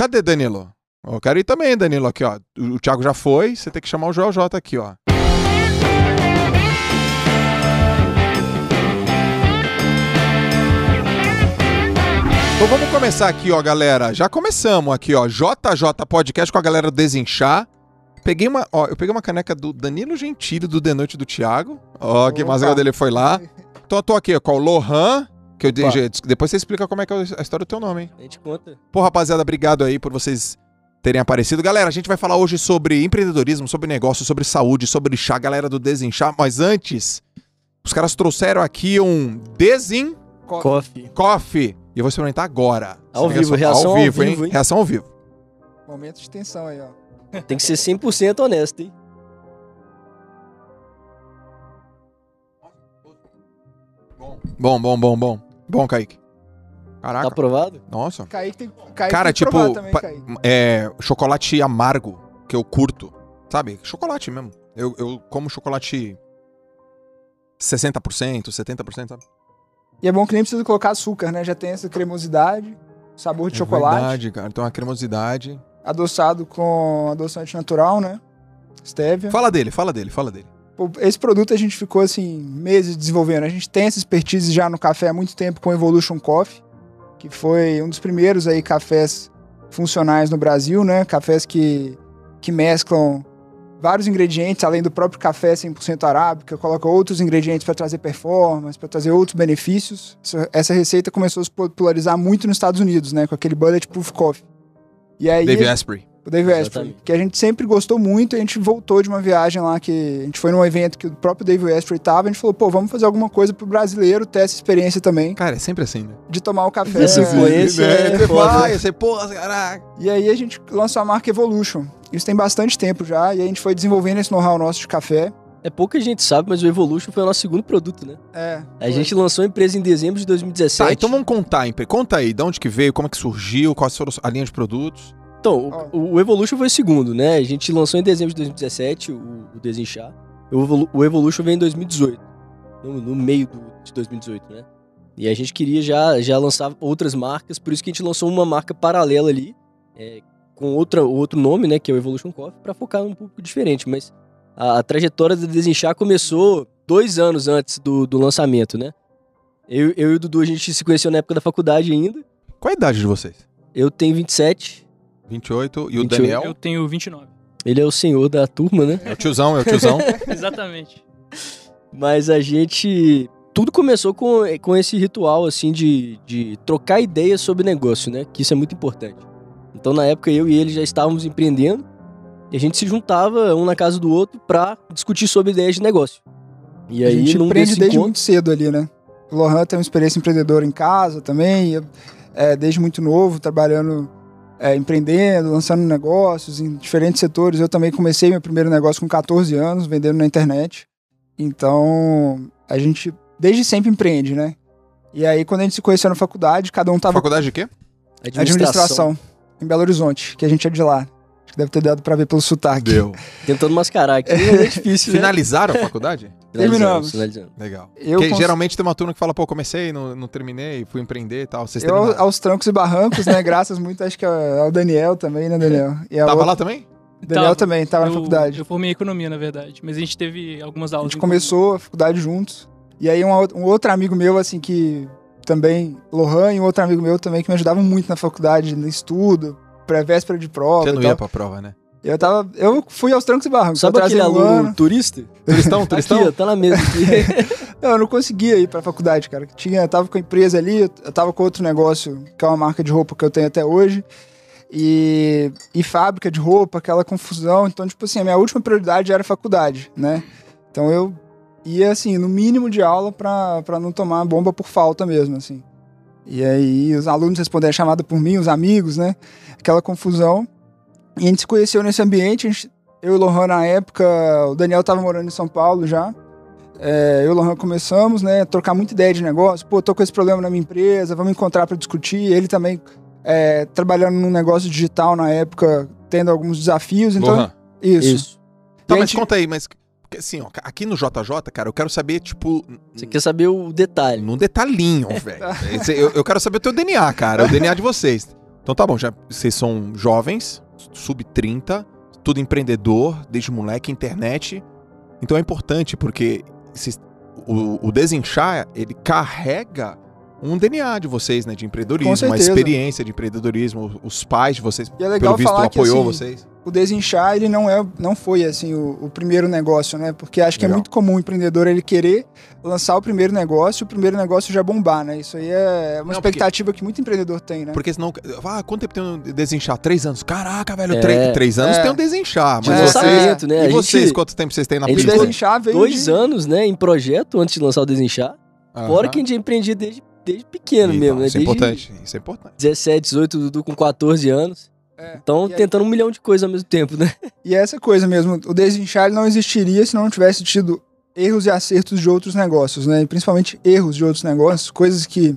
Cadê Danilo? Eu quero ir também, Danilo, aqui, ó. O Thiago já foi, você tem que chamar o Joel J aqui, ó. Então vamos começar aqui, ó, galera. Já começamos aqui, ó. JJ Podcast com a galera do Desinchar. Eu peguei uma caneca do Danilo Gentili, do The Noite do Thiago. Ó, que massa quando ele foi lá. Então eu tô aqui ó, com o Lohan, que eu depois você explica como é que é a história do teu nome, hein? A gente conta. Pô, rapaziada, obrigado aí por vocês terem aparecido. Galera, a gente vai falar hoje sobre empreendedorismo, sobre negócio, sobre saúde, sobre chá, galera do Desinchar. Mas antes, os caras trouxeram aqui um Coffee. E eu vou experimentar agora. Ao vivo, reação ao vivo, hein? Reação ao vivo. Momento de tensão aí, ó. Tem que ser 100% honesto, hein? Bom, Kaique. Caraca. Tá aprovado? Nossa. Kaique Cara, tem que tipo, provar também, Kaique. Chocolate amargo, que eu curto. Sabe? Chocolate mesmo. Eu como chocolate 60%, 70%, sabe? E é bom que nem precisa colocar açúcar, né? Já tem essa cremosidade, sabor de chocolate. Verdade, cara. Então a cremosidade. Adoçado com adoçante natural, né? Stevia. Fala dele. Pô, esse produto a gente ficou, assim, meses desenvolvendo. A gente tem essa expertise já no café há muito tempo com o Evolution Coffee, que foi um dos primeiros aí cafés funcionais no Brasil, né? Cafés que mesclam vários ingredientes, além do próprio café 100% arábica, coloca outros ingredientes para trazer performance, para trazer outros benefícios. Essa receita começou a se popularizar muito nos Estados Unidos, né? Com aquele Bulletproof Coffee. E aí, Dave Asprey. O Dave Asprey, que a gente sempre gostou muito, e a gente voltou de uma viagem lá, que a gente foi num evento que o próprio Dave Asprey tava, a gente falou, pô, vamos fazer alguma coisa pro brasileiro ter essa experiência também. Cara, é sempre assim, né? De tomar o café. Essa influência é foda. Porra, caraca. E aí a gente lançou a marca Evolution. Isso tem bastante tempo já, e a gente foi desenvolvendo esse know-how nosso de café. É pouca gente sabe, mas o Evolution foi o nosso segundo produto, né? A gente lançou a empresa em dezembro de 2017. Tá, então vamos contar, conta aí, de onde que veio, como é que surgiu, quais foram a linha de produtos. Então, o Evolution foi o segundo, né? A gente lançou em dezembro de 2017 o Desinchar. O Evolution veio em 2018, no meio de 2018, né? E a gente queria já lançar outras marcas, por isso que a gente lançou uma marca paralela ali, com outro nome, né? Que é o Evolution Coffee, para focar num público diferente. Mas a trajetória do Desinchar começou 2 anos antes do lançamento, né? Eu e o Dudu, a gente se conheceu na época da faculdade ainda. Qual a idade de vocês? Eu tenho 27. 28. E 28. O Daniel? Eu tenho 29. Ele é o senhor da turma, né? É o tiozão. Exatamente. Mas a gente... Tudo começou com esse ritual, assim, de trocar ideias sobre negócio, né? Que isso é muito importante. Então, na época, eu e ele já estávamos empreendendo e a gente se juntava um na casa do outro pra discutir sobre ideias de negócio. E aí, a gente empreende desde encontro... muito cedo ali, né? O Lohan tem uma experiência empreendedora em casa também, desde muito novo, trabalhando... empreendendo, lançando negócios em diferentes setores. Eu também comecei meu primeiro negócio com 14 anos, vendendo na internet. Então, a gente desde sempre empreende, né? E aí, quando a gente se conheceu na faculdade, cada um tava... Faculdade de quê? Administração. Em Belo Horizonte, que a gente é de lá. Acho que deve ter dado pra ver pelo sotaque. Deu. Tentando mascarar aqui, é difícil, né? Finalizaram a faculdade? Terminamos. Legal. Porque geralmente tem uma turma que fala, pô, comecei, não terminei, fui empreender e tal. Vocês terminaram? Aos trancos e barrancos, né? Graças muito, acho que ao Daniel também, né, Daniel? Tava lá também? Daniel também, tava na faculdade. Eu formei economia, na verdade, mas a gente teve algumas aulas. A gente começou a faculdade juntos. E aí um outro amigo meu, assim, que também, Lohan, e um outro amigo meu também, que me ajudavam muito na faculdade, no estudo, pré-véspera de prova. Você não ia pra prova, né? Eu fui aos trancos e barrancos. Sabe aquele aluno turista? Turistão? Aqui, ó, tá na mesa aqui. Não, eu não conseguia ir pra faculdade, cara. Tava com a empresa ali, eu tava com outro negócio, que é uma marca de roupa que eu tenho até hoje. E fábrica de roupa, aquela confusão. Então, tipo assim, a minha última prioridade era a faculdade, né? Então eu ia, assim, no mínimo de aula pra não tomar bomba por falta mesmo, assim. E aí os alunos responderam a chamada por mim, os amigos, né? Aquela confusão. E a gente se conheceu nesse ambiente, eu e o Lohan na época, o Daniel tava morando em São Paulo já. Eu e o Lohan começamos, né, a trocar muita ideia de negócio. Pô, tô com esse problema na minha empresa, vamos encontrar para discutir. Ele também trabalhando num negócio digital na época, tendo alguns desafios. Então, Lohan. Isso. Tá, mas conta aí, mas assim, ó, aqui no JJ, cara, eu quero saber, tipo... Você quer saber o detalhe. No detalhinho, velho. Eu quero saber o teu DNA, cara, o DNA de vocês. Então tá bom, já vocês são jovens, sub-30, tudo empreendedor, desde moleque, internet. Então é importante porque o Desinchar, ele carrega um DNA de vocês, né? De empreendedorismo, uma experiência de empreendedorismo. Os pais de vocês, e é legal pelo visto, falar apoiou que, assim, vocês. O Desinchar, ele não foi assim o primeiro negócio, né? Porque acho que Legal. é muito comum o empreendedor ele querer lançar o primeiro negócio e o primeiro negócio já bombar, né? Isso aí é uma expectativa que muito empreendedor tem, né? Porque senão... quanto tempo tem um Desinchar? 3 anos. Caraca, velho, É. 3 anos tem um Desinchar. Mas É. vocês... Lançamento, né? E vocês, quanto tempo vocês têm na a gente pista? O ficou Desinchar veio 2 de... anos, né, em projeto antes de lançar o Desinchar. Fora que a gente empreendia desde pequeno mesmo, né? Isso é Desde importante, isso é importante. 17, 18, Dudu com 14 anos. É. Então, E aí- tentando 1 milhão de coisas ao mesmo tempo, né? E é essa coisa mesmo, o Desinchar ele não existiria se não tivesse tido erros e acertos de outros negócios, né? E principalmente erros de outros negócios, coisas que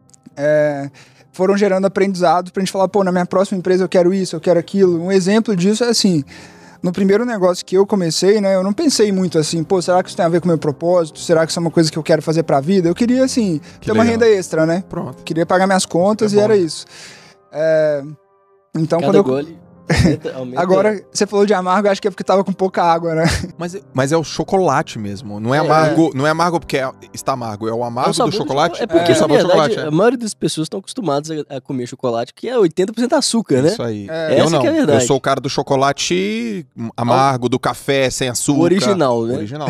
foram gerando aprendizado pra gente falar, pô, na minha próxima empresa eu quero isso, eu quero aquilo. Um exemplo disso é assim, no primeiro negócio que eu comecei, né, eu não pensei muito assim, pô, será que isso tem a ver com o meu propósito? Será que isso é uma coisa que eu quero fazer pra vida? Eu queria, assim, ter uma legal. renda extra, né? Pronto. Queria pagar minhas contas Isso é e bom. era isso. Então, Cada quando eu... gole aumenta. Agora, você falou de amargo, acho que é porque tava com pouca água, né? Mas é o chocolate mesmo. Não é amargo, não é amargo porque está amargo. É o amargo sabor do chocolate. É porque, o na sabor do verdade, chocolate. a maioria das pessoas estão acostumadas a comer chocolate, que é 80% açúcar, né? Isso aí. É. Eu Essa não. que é a verdade. Eu sou o cara do chocolate amargo, do café sem açúcar. O original, né? Original.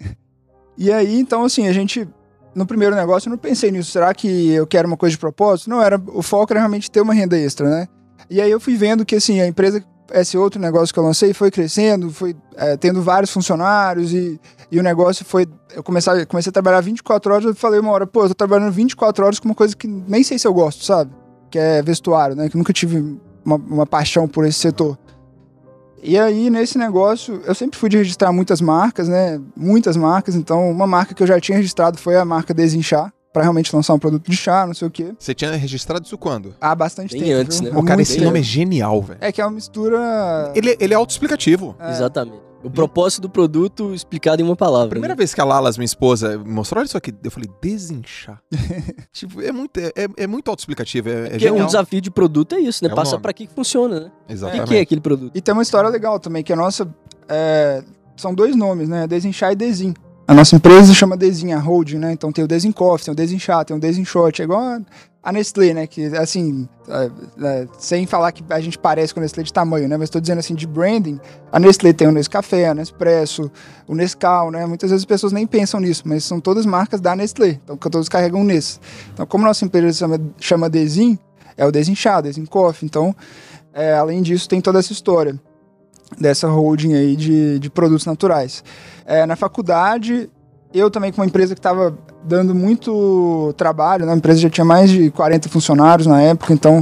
E aí, então, assim, a gente... No primeiro negócio, eu não pensei nisso. Será que eu quero uma coisa de propósito? Não, o foco era realmente ter uma renda extra, né? E aí eu fui vendo que, assim, a empresa, esse outro negócio que eu lancei, foi crescendo, foi tendo vários funcionários e o negócio foi... Eu comecei a trabalhar 24 horas, eu falei uma hora, pô, eu tô trabalhando 24 horas com uma coisa que nem sei se eu gosto, sabe? Que é vestuário, né? Que eu nunca tive uma paixão por esse setor. E aí, nesse negócio, eu sempre fui de registrar muitas marcas, né? Muitas marcas. Então, uma marca que eu já tinha registrado foi a marca Desinchar, pra realmente lançar um produto de chá, não sei o quê. Você tinha registrado isso quando? Há bastante Bem tempo, antes, viu? né? Pô, cara, Muito esse tempo. nome é genial, velho. É que é uma mistura... Ele é autoexplicativo. Exatamente. O propósito do produto explicado em uma palavra. Primeira né? vez que a Lalas, minha esposa, me mostrou, olha isso aqui, eu falei, Desinchar. Tipo, é muito autoexplicativo, é Porque genial. um desafio de produto é isso, né? É o Passar nome. pra que funciona, né? O Exatamente. que é aquele produto? E tem uma história legal também, que a nossa... são 2 nomes, né? Desinchar e Desin. A nossa empresa se chama Desin, a holding, né? Então tem o Desin Coffee, tem o Desinchar, tem o Desinshot. É igual a Nestlé, né? Que, assim, sem falar que a gente parece com a Nestlé de tamanho, né? Mas tô dizendo assim, de branding, a Nestlé tem o Nescafé, a Nespresso, o Nescau, né? Muitas vezes as pessoas nem pensam nisso, mas são todas marcas da Nestlé. Então todos carregam Nes. Então como nossa empresa chama Desin, é o Desinchar, Desin Coffee. Então, além disso, tem toda essa história dessa holding aí de produtos naturais. Na faculdade, eu também com uma empresa que estava dando muito trabalho, né? A empresa já tinha mais de 40 funcionários na época, então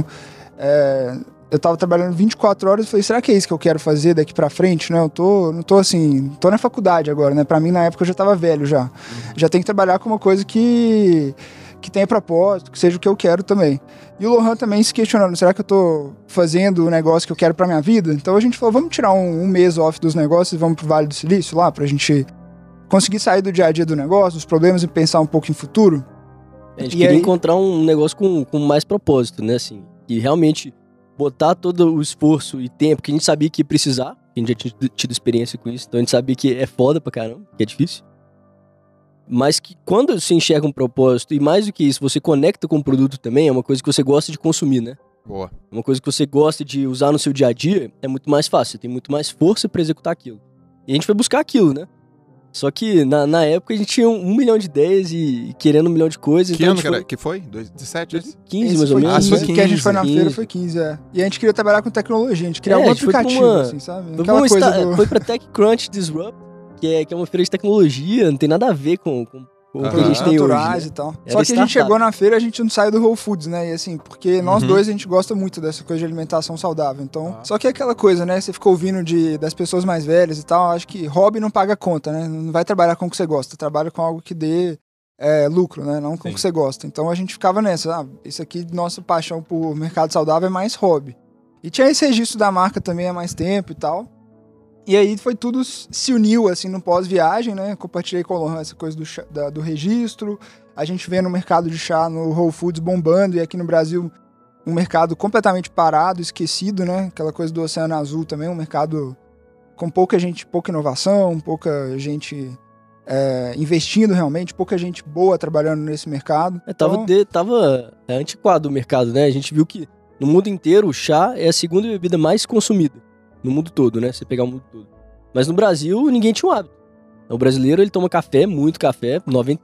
eu estava trabalhando 24 horas e falei, será que é isso que eu quero fazer daqui pra frente? Né? Não tô assim, tô na faculdade agora, né? Pra mim, na época, eu já estava velho já. Já tenho que trabalhar com uma coisa que tenha propósito, que seja o que eu quero também. E o Lohan também se questionando, será que eu tô fazendo o negócio que eu quero pra minha vida? Então a gente falou, vamos tirar um mês off dos negócios e vamos pro Vale do Silício lá, pra gente conseguir sair do dia a dia do negócio, dos problemas e pensar um pouco em futuro. A gente E queria aí- encontrar um negócio com mais propósito, né? Assim, e realmente botar todo o esforço e tempo que a gente sabia que ia precisar, que a gente já tinha tido experiência com isso, então a gente sabia que é foda pra caramba, que é difícil. Mas que quando você enxerga um propósito, e mais do que isso, você conecta com o produto também, é uma coisa que você gosta de consumir, né? Boa. Uma coisa que você gosta de usar no seu dia a dia, é muito mais fácil, você tem muito mais força pra executar aquilo. E a gente foi buscar aquilo, né? Só que na época a gente tinha 1 milhão de ideias e querendo 1 milhão de coisas. Que então a ano gente que era? foi- Que foi? 2017? 15, Esse mais ou foi menos. 15, Ah, foi que a gente foi na 15. feira, foi 15, E a gente queria trabalhar com tecnologia, a gente queria É, algum a gente foi pra aplicativo, uma- assim, sabe? Foi, Aquela coisa do... foi pra TechCrunch Disrupt, que é uma feira de tecnologia, não tem nada a ver com o que a gente tem hoje. naturais Né? e tal. Era Só que a gente startup. chegou na feira, a gente não saiu do Whole Foods, né? E assim, porque nós Uhum. dois a gente gosta muito dessa coisa de alimentação saudável. Então, Ah. só que é aquela coisa, né? Você ficou ouvindo das pessoas mais velhas e tal. Acho que hobby não paga conta, né? Não vai trabalhar com o que você gosta. Trabalha com algo que dê lucro, né? Não com o Sim. que você gosta. Então a gente ficava nessa. Isso aqui, nossa paixão por mercado saudável é mais hobby. E tinha esse registro da marca também há mais tempo e tal. E aí foi tudo, se uniu assim no pós-viagem, né? Compartilhei com o Lohan essa coisa do registro. A gente vê no mercado de chá no Whole Foods bombando e aqui no Brasil um mercado completamente parado, esquecido, né? Aquela coisa do Oceano Azul também, um mercado com pouca inovação, pouca gente investindo realmente, pouca gente boa trabalhando nesse mercado. Tava antiquado o mercado, né? A gente viu que no mundo inteiro o chá é a segunda bebida mais consumida no mundo todo, né? Você pegar o mundo todo. Mas no Brasil ninguém tinha um hábito. O brasileiro ele toma café, muito café.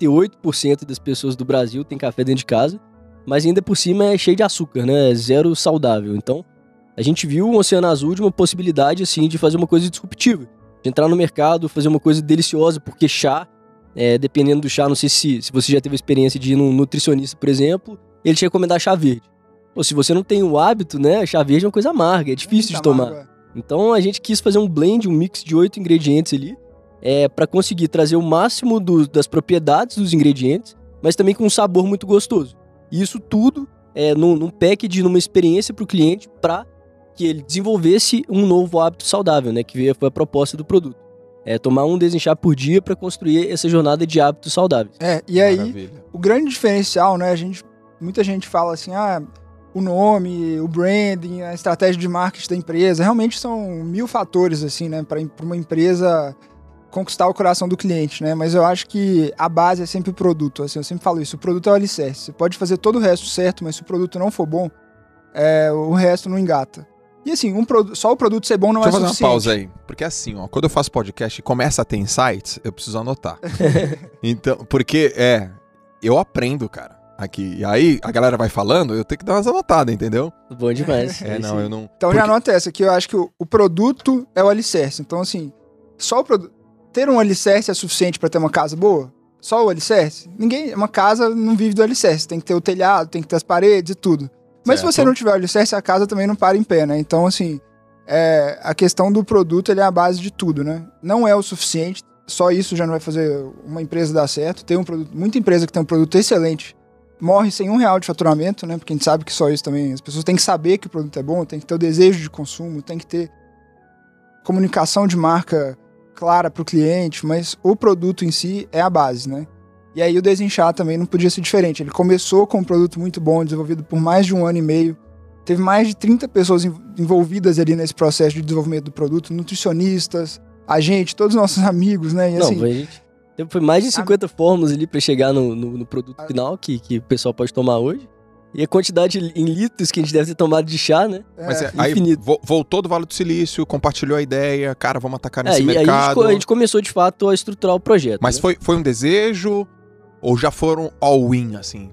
98% das pessoas do Brasil tem café dentro de casa, mas ainda por cima é cheio de açúcar, né? É zero saudável. Então a gente viu o Oceano Azul de uma possibilidade assim de fazer uma coisa disruptiva, de entrar no mercado, fazer uma coisa deliciosa, porque chá, dependendo do chá, não sei se você já teve a experiência de ir num nutricionista, por exemplo, ele te recomendar chá verde. Pô, se você não tem o hábito, né, chá verde é uma coisa amarga, é difícil de tomar. Então a gente quis fazer um blend, um mix de 8 ingredientes ali, para conseguir trazer o máximo das propriedades dos ingredientes, mas também com um sabor muito gostoso. E isso tudo num package, numa experiência para o cliente, para que ele desenvolvesse um novo hábito saudável, né? Que foi a proposta do produto. Tomar um desenchar por dia para construir essa jornada de hábitos saudáveis. E aí, Maravilha. o grande diferencial, né? Muita gente fala assim, o nome, o branding, a estratégia de marketing da empresa, realmente são 1000 fatores, assim, né? Para uma empresa conquistar o coração do cliente, né? Mas eu acho que a base é sempre o produto, assim, eu sempre falo isso, o produto é o alicerce. Você pode fazer todo o resto certo, mas se o produto não for bom, o resto não engata. E assim, só o produto ser bom não é suficiente. Deixa eu fazer uma pausa aí. Porque assim, quando eu faço podcast e começa a ter insights, eu preciso anotar. Então, porque, eu aprendo, cara, aqui. E aí, a galera vai falando, eu tenho que dar umas anotadas, entendeu? Bom demais. Eu não... Então já anota essa, que eu acho que o produto é o alicerce. Então assim, só o produto... Ter um alicerce é suficiente para ter uma casa boa? Só o alicerce? Uma casa não vive do alicerce. Tem que ter o telhado, tem que ter as paredes e tudo. Mas se você não tiver o alicerce, a casa também não para em pé, né? Então, assim, a questão do produto, ele é a base de tudo, né? Não é o suficiente, só isso já não vai fazer uma empresa dar certo. Tem muita empresa que tem um produto excelente, morre sem R$1 de faturamento, né? Porque a gente sabe que só isso também, as pessoas têm que saber que o produto é bom, tem que ter o desejo de consumo, tem que ter comunicação de marca clara para o cliente, mas o produto em si é a base, né? E aí o Desenchar também não podia ser diferente. Ele começou com um produto muito bom, desenvolvido por mais de 1 ano e meio. Teve mais de 30 pessoas envolvidas ali nesse processo de desenvolvimento do produto, nutricionistas, a gente, todos os nossos amigos, né? E, assim, foi mais de 50 fórmulas ali para chegar no produto final que o pessoal pode tomar hoje. E a quantidade em litros que a gente deve ter tomado de chá, né? Mas aí voltou do Vale do Silício, compartilhou a ideia, cara, vamos atacar nesse e mercado. Aí a gente começou, de fato, a estruturar o projeto. Mas né? foi um desejo... Ou já foram all-in, assim?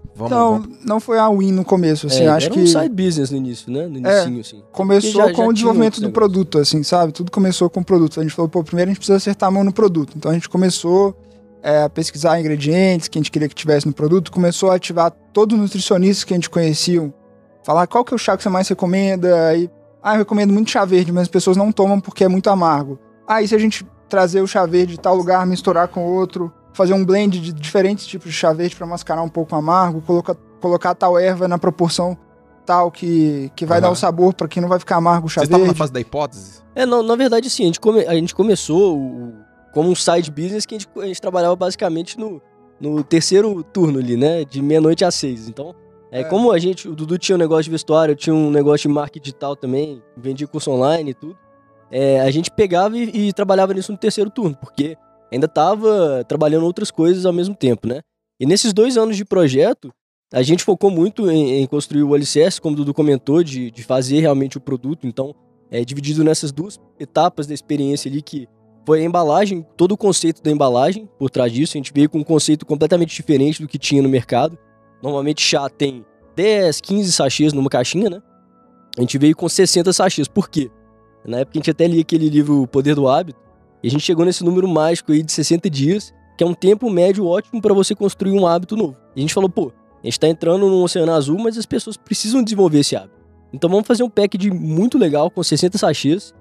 Não foi all-in no começo, assim, acho era que... um side business no início, né? No inicinho, assim. Começou com o desenvolvimento do produto, assim, sabe? Tudo começou com o produto. A gente falou, primeiro a gente precisa acertar a mão no produto. Então a gente começou a pesquisar ingredientes que a gente queria que tivesse no produto, começou a ativar todos os nutricionistas que a gente conhecia, falar qual que é o chá que você mais recomenda, aí, eu recomendo muito chá verde, mas as pessoas não tomam porque é muito amargo. E se a gente trazer o chá verde de tal lugar, misturar com outro... fazer um blend de diferentes tipos de chá verde para mascarar um pouco amargo, colocar tal erva na proporção tal que vai dar o sabor para que não vai ficar amargo o chá verde. Vocês estavam na fase da hipótese? Na verdade, sim. A gente começou como um side business que a gente trabalhava basicamente no terceiro turno ali, né? De meia-noite às 6. Então, como o Dudu tinha um negócio de vestuário, eu tinha um negócio de marketing digital também, vendia curso online e tudo, a gente pegava e trabalhava nisso no terceiro turno, porque ainda estava trabalhando outras coisas ao mesmo tempo, né? E nesses 2 anos de projeto, a gente focou muito em construir o alicerce, como o Dudu comentou, de fazer realmente o produto. Então, dividido nessas 2 etapas da experiência ali, que foi a embalagem, todo o conceito da embalagem por trás disso. A gente veio com um conceito completamente diferente do que tinha no mercado. Normalmente, chá tem 10, 15 sachês numa caixinha, né? A gente veio com 60 sachês. Por quê? Na época, a gente até lia aquele livro O Poder do Hábito, e a gente chegou nesse número mágico aí de 60 dias, que é um tempo médio ótimo para você construir um hábito novo. E a gente falou, a gente tá entrando num Oceano Azul, mas as pessoas precisam desenvolver esse hábito. Então vamos fazer um package muito legal, com 60 sachês,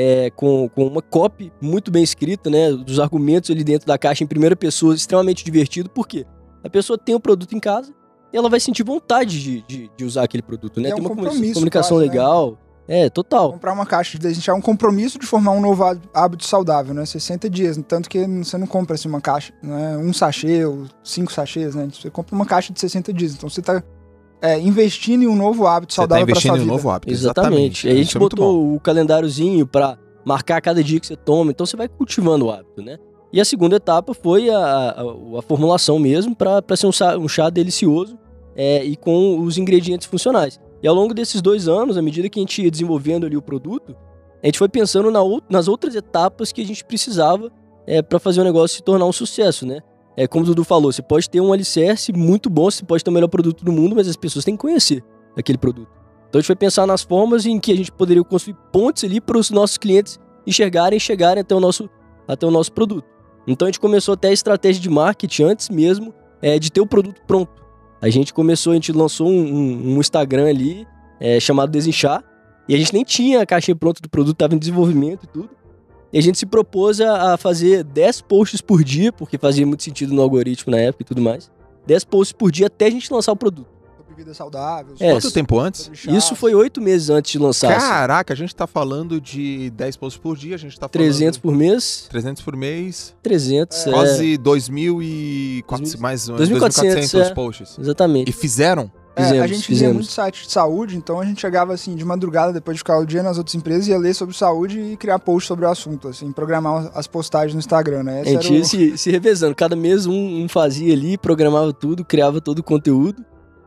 com uma copy muito bem escrita, né, dos argumentos ali dentro da caixa em primeira pessoa, extremamente divertido, porque a pessoa tem o produto em casa e ela vai sentir vontade de usar aquele produto, né? Tem uma comunicação quase, legal... né? Total. Comprar uma caixa de Desenchar é um compromisso de formar um novo hábito saudável, né? 60 dias. Tanto que você não compra assim uma caixa, não é um sachê ou 5 sachês, né? Você compra uma caixa de 60 dias. Então você tá investindo em um novo hábito saudável para sua investindo em vida. um novo hábito. Exatamente. Aí a gente Isso é muito bom. botou o calendáriozinho pra marcar cada dia que você toma, então você vai cultivando o hábito, né? E a segunda etapa foi a formulação mesmo pra ser um chá delicioso e com os ingredientes funcionais. E ao longo desses 2 anos, à medida que a gente ia desenvolvendo ali o produto, a gente foi pensando nas outras etapas que a gente precisava para fazer o negócio se tornar um sucesso, né? Como o Dudu falou, você pode ter um alicerce muito bom, você pode ter o melhor produto do mundo, mas as pessoas têm que conhecer aquele produto. Então a gente foi pensar nas formas em que a gente poderia construir pontes ali para os nossos clientes enxergarem e chegarem até o nosso produto. Então a gente começou até a estratégia de marketing antes mesmo de ter o produto pronto. A gente lançou um Instagram ali chamado Desinchar, e a gente nem tinha a caixinha pronta do produto, estava em desenvolvimento e tudo. E a gente se propôs a fazer 10 posts por dia, porque fazia muito sentido no algoritmo na época e tudo mais. 10 posts por dia até a gente lançar o produto. Sobre vida saudável. Quanto tempo antes? Isso foi 8 meses antes de lançar. Caraca, a gente tá falando de 10 posts por dia, a gente tá falando... 300 por mês. 300 por mês. 300, Quase 2.400, mais ou menos 2.400 posts. Exatamente. E fizeram? A gente lia muito site de saúde, então a gente chegava assim de madrugada, depois de ficar o dia nas outras empresas, ia ler sobre saúde e criar posts sobre o assunto, assim, programar as postagens no Instagram, né? A gente ia se revezando, cada mês um fazia ali, programava tudo, criava todo o conteúdo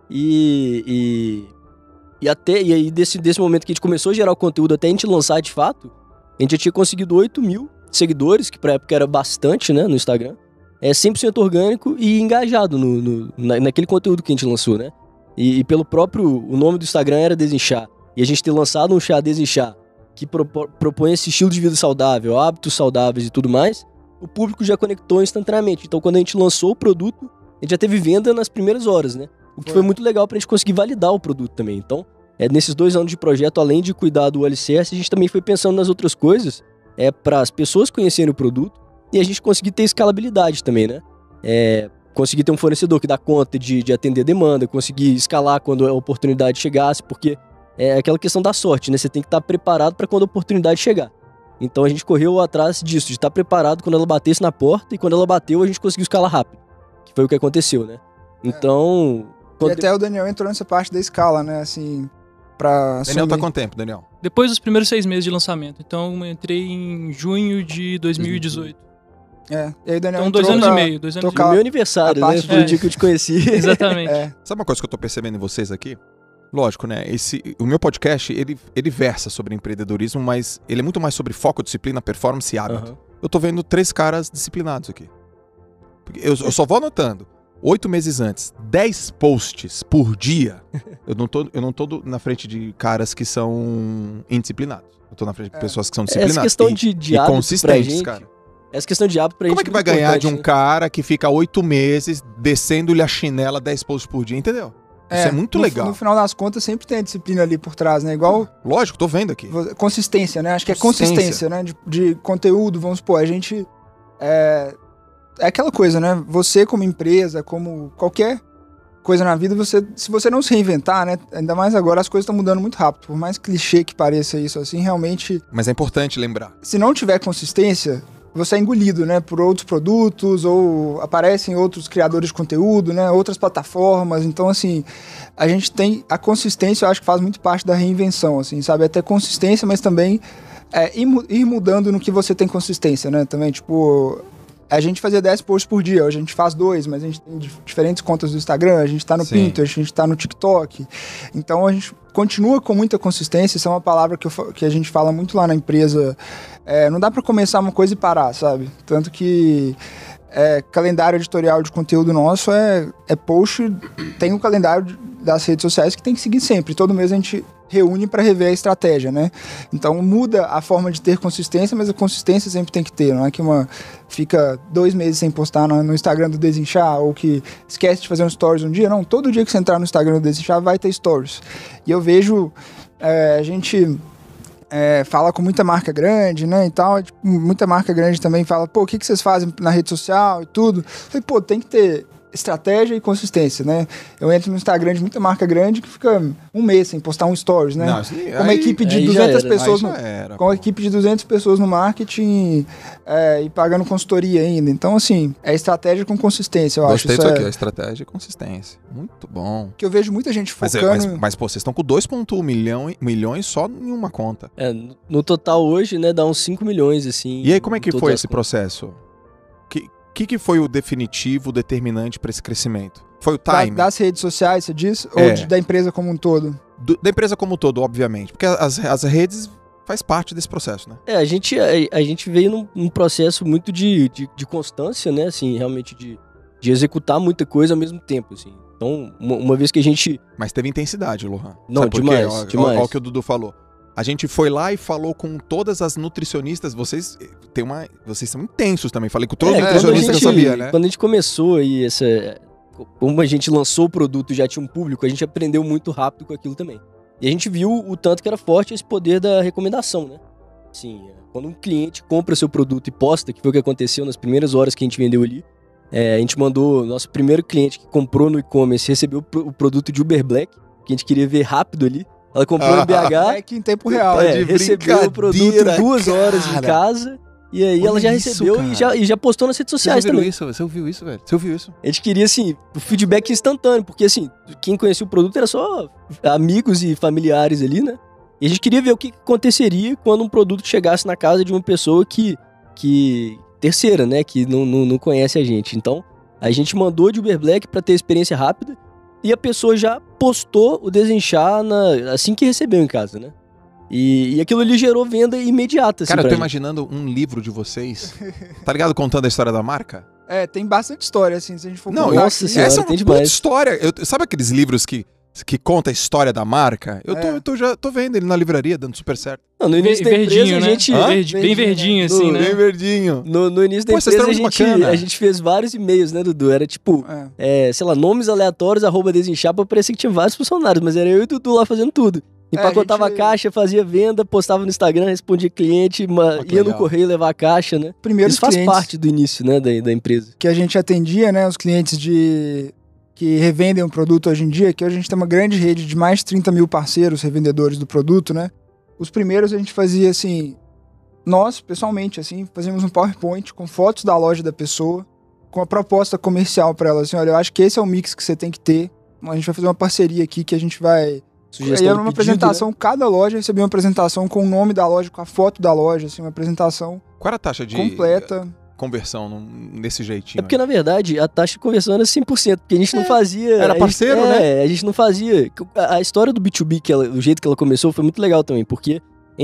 e aí desse momento que a gente começou a gerar o conteúdo até a gente lançar de fato, a gente já tinha conseguido 8 mil seguidores, que pra época era bastante, né, no Instagram, 100% orgânico e engajado naquele conteúdo que a gente lançou, né? E pelo próprio... O nome do Instagram era Desinchar. E a gente ter lançado um chá Desinchar que propõe esse estilo de vida saudável, hábitos saudáveis e tudo mais, o público já conectou instantaneamente. Então, quando a gente lançou o produto, a gente já teve venda nas primeiras horas, né? O que foi muito legal pra gente conseguir validar o produto também. Então, nesses 2 anos de projeto, além de cuidar do alicerce, a gente também foi pensando nas outras coisas para as pessoas conhecerem o produto e a gente conseguir ter escalabilidade também, né? Conseguir ter um fornecedor que dá conta de atender a demanda, conseguir escalar quando a oportunidade chegasse, porque é aquela questão da sorte, né? Você tem que estar preparado para quando a oportunidade chegar. Então a gente correu atrás disso, de estar preparado quando ela batesse na porta, e quando ela bateu a gente conseguiu escalar rápido, que foi o que aconteceu, né? Então... E até o Daniel entrou nessa parte da escala, né? Assim, pra... Daniel tá quanto tempo, Daniel? Depois dos primeiros 6 meses de lançamento. Então eu entrei em junho de 2018. E aí o Daniel então 2 anos e meio. 2 anos e meio. Meu aniversário, né? Foi o dia que eu te conheci. Exatamente. Sabe uma coisa que eu tô percebendo em vocês aqui? Lógico, né? O meu podcast, ele versa sobre empreendedorismo, mas ele é muito mais sobre foco, disciplina, performance e hábito. Uhum. Eu tô vendo 3 caras disciplinados aqui. Eu só vou anotando. 8 meses antes, 10 posts por dia. Eu não tô na frente de caras que são indisciplinados. Eu tô na frente de pessoas que são disciplinadas. Essa questão de hábito consistentes, pra gente, cara. Essa questão de hábito pra gente. Como é que vai ganhar de um cara que fica 8 meses descendo-lhe a chinela 10 posts por dia, entendeu? Isso é muito legal. No final das contas, sempre tem a disciplina ali por trás, né? Igual... Lógico, tô vendo aqui. Consistência, né? Acho que é consistência, né? De conteúdo, vamos supor, a gente... É aquela coisa, né? Você como empresa, como qualquer coisa na vida, se você não se reinventar, né? Ainda mais agora, as coisas estão mudando muito rápido. Por mais clichê que pareça isso assim, realmente... Mas é importante lembrar. Se não tiver consistência... Você é engolido, né, por outros produtos, ou aparecem outros criadores de conteúdo, né, outras plataformas. Então, assim, a gente tem a consistência, eu acho que faz muito parte da reinvenção, assim, sabe? É ter consistência, mas também ir mudando no que você tem consistência, né? Também, tipo, a gente fazia 10 posts por dia, hoje a gente faz 2, mas a gente tem diferentes contas do Instagram, a gente tá no Pinterest, a gente tá no TikTok. Então, a gente continua com muita consistência, isso é uma palavra que a gente fala muito lá na empresa. Não dá para começar uma coisa e parar, sabe? Tanto que calendário editorial de conteúdo nosso é post, tem um calendário das redes sociais que tem que seguir sempre. Todo mês a gente reúne para rever a estratégia, né? Então muda a forma de ter consistência, mas a consistência sempre tem que ter. Não é que fica 2 meses sem postar no Instagram do Desinchar, ou que esquece de fazer um stories um dia. Não, todo dia que você entrar no Instagram do Desinchar vai ter stories. E eu vejo a gente... fala com muita marca grande, né, e tal, tipo, muita marca grande também fala, pô, o que vocês fazem na rede social e tudo. Eu falei, pô, tem que ter estratégia e consistência, né? Eu entro no Instagram de muita marca grande que fica um mês sem postar um stories, né? Não, com uma equipe de 200 pessoas com uma equipe de 200 pessoas no marketing e pagando consultoria ainda. Então, assim, é estratégia com consistência, eu acho. Gostei disso aqui, estratégia e consistência. Muito bom. Que eu vejo muita gente focando... Mas pô, vocês estão com 2,1 milhões só em uma conta. No total hoje, né, dá uns 5 milhões, assim. E aí, como é que foi esse processo? O que foi o definitivo, o determinante para esse crescimento? Foi o time? Das redes sociais, você diz? Ou da empresa como um todo? Da empresa como um todo, obviamente. Porque as redes faz parte desse processo, né? A gente veio num processo muito de constância, né? Assim, realmente de executar muita coisa ao mesmo tempo, assim. Então, uma vez que a gente... Mas teve intensidade, Lohan. Não, sabe por quê? demais. Olha o que o Dudu falou. A gente foi lá e falou com todas as nutricionistas. Vocês são intensos também. Falei com todos os nutricionistas que eu sabia, né? Quando a gente começou aí, como a gente lançou o produto e já tinha um público, a gente aprendeu muito rápido com aquilo também. E a gente viu o tanto que era forte esse poder da recomendação, né? Assim, quando um cliente compra seu produto e posta, que foi o que aconteceu nas primeiras horas que a gente vendeu ali, a gente mandou, nosso primeiro cliente que comprou no e-commerce, recebeu o produto de Uber Black, que a gente queria ver rápido ali. Ela comprou no BH. Que em tempo real. Recebeu o produto em 2 horas em casa. E aí ela já recebeu e já postou nas redes sociais também. Você ouviu isso, velho? Você ouviu isso? A gente queria, assim, o feedback instantâneo. Porque, assim, quem conhecia o produto era só amigos e familiares ali, né? E a gente queria ver o que aconteceria quando um produto chegasse na casa de uma pessoa que terceira, né? Que não conhece a gente. Então, a gente mandou de Uber Black pra ter experiência rápida. E a pessoa já postou o Desenchar assim que recebeu em casa, né? E aquilo ali gerou venda imediata. Assim, cara, eu tô imaginando um livro de vocês, tá ligado? Contando a história da marca? Tem bastante história, assim, se a gente for... Nossa senhora, essa é uma tem puta demais. história. Sabe aqueles livros que conta a história da marca? Eu já tô vendo ele na livraria, dando super certo. Não, no início da empresa, né? a gente... Bem verdinho, assim, né? Bem verdinho. No início da empresa, a gente fez vários e-mails, né, Dudu? Era tipo, sei lá, nomes aleatórios, @desenchar, pra parecer que tinha vários funcionários, mas era eu e o Dudu lá fazendo tudo. Empacotava a caixa, fazia venda, postava no Instagram, respondia cliente, ia no correio levar a caixa, né? Primeiros Isso faz clientes parte do início, né, da empresa. Que a gente atendia, né, os clientes que revendem o produto hoje em dia, que hoje a gente tem uma grande rede de mais de 30 mil parceiros revendedores do produto, né? Os primeiros a gente fazia assim, nós, pessoalmente, assim, fazíamos um PowerPoint com fotos da loja da pessoa, com a proposta comercial para ela, assim, olha, eu acho que esse é o mix que você tem que ter, a gente vai fazer uma parceria aqui que a gente vai... Sugestão aí era uma pedido, apresentação, né? Cada loja recebia uma apresentação com o nome da loja, com a foto da loja, assim, uma apresentação Qual era a taxa de completa. Conversão nesse jeitinho? É porque, na verdade, a taxa de conversão era 100%, porque a gente não fazia... Era parceiro, né? A gente não fazia... A história do B2B, o jeito que ela começou, foi muito legal também, porque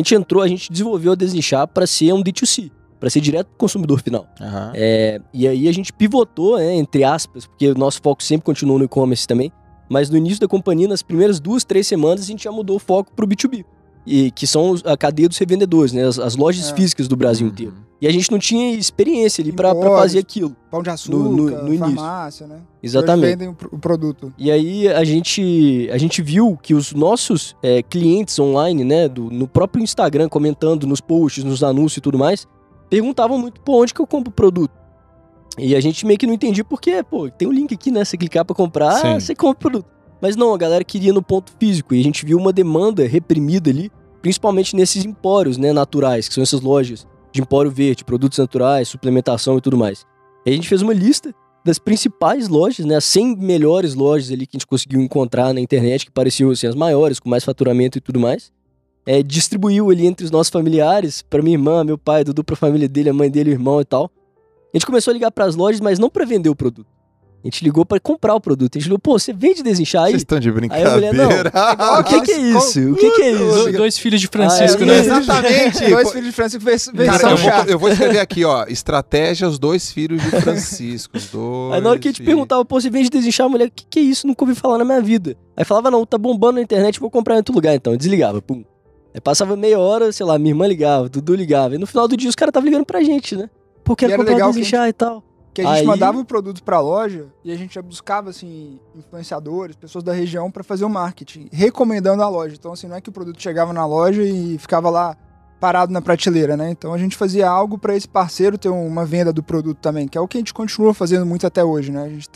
a gente desenvolveu a Desenchar para ser um D2C, para ser direto pro consumidor final. Uhum. E aí a gente pivotou, entre aspas, porque o nosso foco sempre continuou no e-commerce também, mas no início da companhia, nas primeiras 2, 3 semanas, a gente já mudou o foco pro B2B. E que são a cadeia dos revendedores, né? As lojas físicas do Brasil inteiro. E a gente não tinha experiência ali pra fazer aquilo. Pão de açúcar, no farmácia, né? Exatamente. Eles vendem o produto. E aí a gente viu que os nossos clientes online, né? No próprio Instagram, comentando nos posts, nos anúncios e tudo mais, perguntavam muito, onde que eu compro o produto? E a gente meio que não entendia porque, tem um link aqui, né? Você clicar pra comprar, você compra o produto. Mas não, a galera queria no ponto físico. E a gente viu uma demanda reprimida ali, principalmente nesses empórios, né, naturais, que são essas lojas de empório verde, produtos naturais, suplementação e tudo mais. E a gente fez uma lista das principais lojas, né, as 100 melhores lojas ali que a gente conseguiu encontrar na internet, que pareciam assim, as maiores, com mais faturamento e tudo mais. Distribuiu ali entre os nossos familiares, pra minha irmã, meu pai, Dudu pra família dele, a mãe dele, o irmão e tal. A gente começou a ligar pras lojas, mas não pra vender o produto. A gente ligou pra comprar o produto. A gente ligou, você vende Desenchar aí? Vocês estão de brincadeira. Aí a mulher, não, o que é isso? O que é isso? 2 filhos de Francisco, né? Exatamente. 2 filhos de Francisco Cara, eu vou escrever aqui, ó, estratégias 2 filhos de Francisco. Aí na hora que a gente perguntava, você vende Desenchar? A mulher, o que é isso? Nunca ouvi falar na minha vida. Aí falava, não, tá bombando na internet, vou comprar em outro lugar então. Eu desligava, pum. Aí passava meia hora, sei lá, minha irmã ligava, o Dudu ligava. E no final do dia os caras estavam ligando pra gente, né? Pô, quero comprar Desenchar e tal. Que a gente mandava o produto pra loja e a gente já buscava, assim, influenciadores, pessoas da região pra fazer o marketing, recomendando a loja. Então, assim, não é que o produto chegava na loja e ficava lá parado na prateleira, né? Então a gente fazia algo pra esse parceiro ter uma venda do produto também, que é o que a gente continua fazendo muito até hoje, né? A gente tem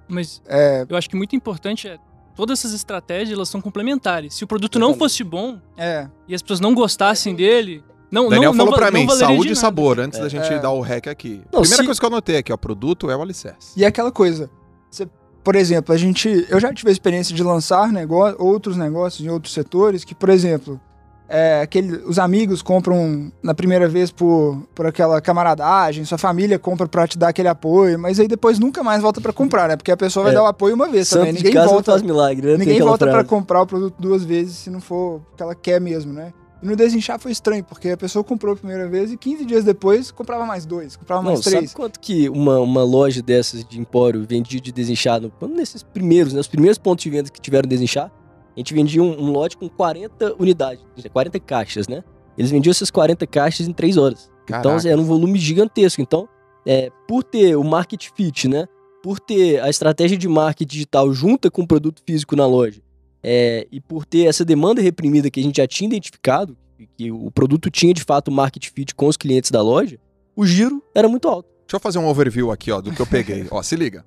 Mas eu acho que muito importante todas essas estratégias, elas são complementares. Se o produto não fosse bom e as pessoas não gostassem dele... Daniel falou pra mim, saúde e nada. sabor, antes da gente dar o rec aqui. Primeira coisa que eu anotei aqui, ó, produto é o alicerce. E aquela coisa, por exemplo, eu já tive a experiência de lançar outros negócios em outros setores, que, por exemplo, os amigos compram na primeira vez por aquela camaradagem, sua família compra pra te dar aquele apoio, mas aí depois nunca mais volta pra comprar, né? Porque a pessoa vai dar o apoio uma vez também. Ninguém volta, faz milagre, né? Ninguém volta pra comprar o produto 2 vezes se não for o que ela quer mesmo, né? E no Desinchar foi estranho, porque a pessoa comprou a primeira vez e 15 dias depois comprava mais 2, comprava mais 3. Sabe quanto que uma loja dessas de empório vendia de Desinchar? Nesses primeiros, né? Os primeiros pontos de venda que tiveram Desinchar, a gente vendia um lote com 40 unidades, 40 caixas, né? Eles vendiam essas 40 caixas em 3 horas. Caraca. Então era um volume gigantesco. Então, por ter o market fit, né? Por ter a estratégia de marketing digital junta com o produto físico na loja, e por ter essa demanda reprimida que a gente já tinha identificado, que o produto tinha de fato market fit com os clientes da loja, o giro era muito alto. Deixa eu fazer um overview aqui, ó, do que eu peguei. Ó, se liga.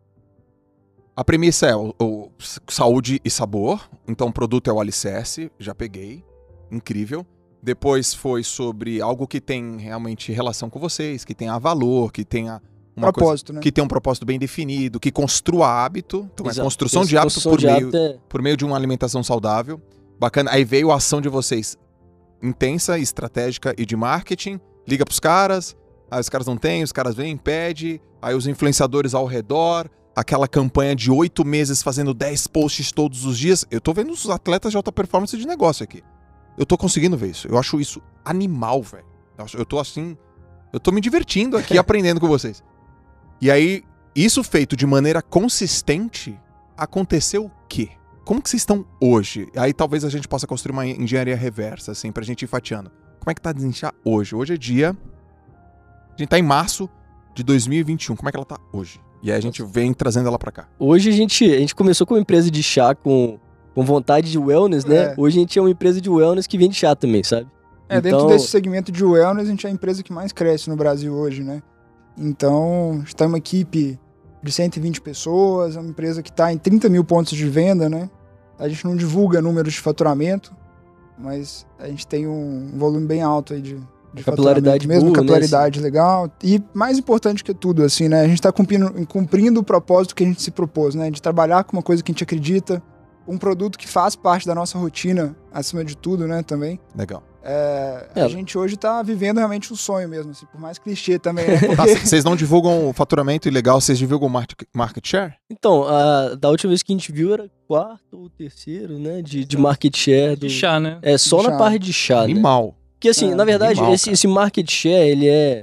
A premissa é o saúde e sabor, então o produto é o alicerce, já peguei, incrível. Depois foi sobre algo que tem realmente relação com vocês, que tenha valor, que tenha propósito, né? Que tem um propósito bem definido, que construa hábito. Então, Exato. Construção de hábito por meio de uma alimentação saudável. Bacana. Aí veio a ação de vocês intensa, estratégica e de marketing. Liga pros caras, aí os caras não têm, os caras vêm, pede. Aí os influenciadores ao redor. Aquela campanha de 8 meses fazendo 10 posts todos os dias. Eu tô vendo os atletas de alta performance de negócio aqui. Eu tô conseguindo ver isso. Eu acho isso animal, velho. Eu tô assim... Eu tô me divertindo aqui aprendendo com vocês. E aí, isso feito de maneira consistente, aconteceu o quê? Como que vocês estão hoje? Aí talvez a gente possa construir uma engenharia reversa, assim, pra gente ir fatiando. Como é que tá a Desinchar hoje? Hoje é dia... A gente tá em março de 2021. Como é que ela tá hoje? E aí a gente vem trazendo ela pra cá. Hoje a gente começou com uma empresa de chá com vontade de wellness, né? Hoje a gente é uma empresa de wellness que vende chá também, sabe? Dentro desse segmento de wellness, a gente é a empresa que mais cresce no Brasil hoje, né? Então, a gente tem uma equipe de 120 pessoas, é uma empresa que está em 30 mil pontos de venda, né? A gente não divulga números de faturamento, mas a gente tem um volume bem alto aí de capilaridade mesmo, boa, capilaridade né? Legal. E mais importante que tudo, assim, né? A gente está cumprindo o propósito que a gente se propôs, né? De trabalhar com uma coisa que a gente acredita, um produto que faz parte da nossa rotina, acima de tudo, né? Também. Legal. A gente hoje tá vivendo realmente um sonho mesmo, assim, por mais clichê também, né? Porque... Tá, vocês não divulgam o faturamento ilegal, vocês divulgam o market share? Então, da última vez que a gente viu era 4º ou 3º, né? De market share. De chá, né? Só na parte de chá, Animal. Né? Porque assim, na verdade, animal, esse market share, ele é